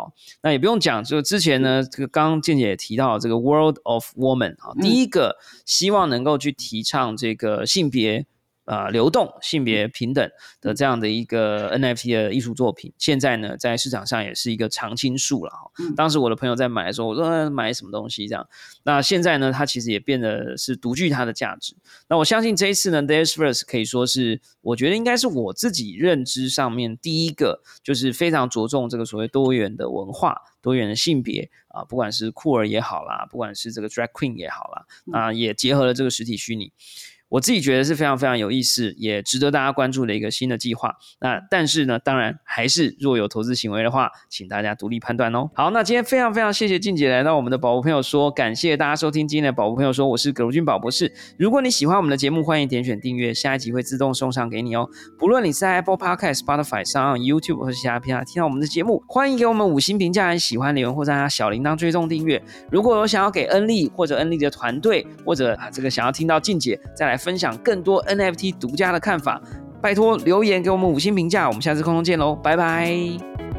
Speaker 2: 好，那也不用讲，就之前呢，这个刚刚健姐也提到这个 World of Woman 啊，第一个希望能够去提倡这个性别呃，流动性别平等的这样的一个 N F T 的艺术作品，现在呢在市场上也是一个常青树了。当时我的朋友在买的时候，我说、呃、买什么东西这样，那现在呢它其实也变得是独具它的价值。那我相信这一次呢 There's First 可以说是我觉得应该是我自己认知上面第一个就是非常着重这个所谓多元的文化多元的性别啊，不管是酷儿也好啦，不管是这个 drag queen 也好啦，啊，也结合了这个实体虚拟。我自己觉得是非常非常有意思，也值得大家关注的一个新的计划。那但是呢，当然还是若有投资行为的话，请大家独立判断哦。好，那今天非常非常谢谢静姐来到我们的宝博朋友说，感谢大家收听今天的宝博朋友说，我是葛如君宝博士。如果你喜欢我们的节目，欢迎点选订阅，下一集会自动送上给你哦。不论你是在 Apple Podcast、Spotify 上、YouTube 或是其他平台听到我们的节目，欢迎给我们五星评价，喜欢留言或者按小铃铛追踪订阅。如果有想要给恩利或者恩利的团队，或者啊这个想要听到静姐再来分享更多 N F T 独家的看法，拜托留言给我们五星评价，我们下次空中见喽，拜拜。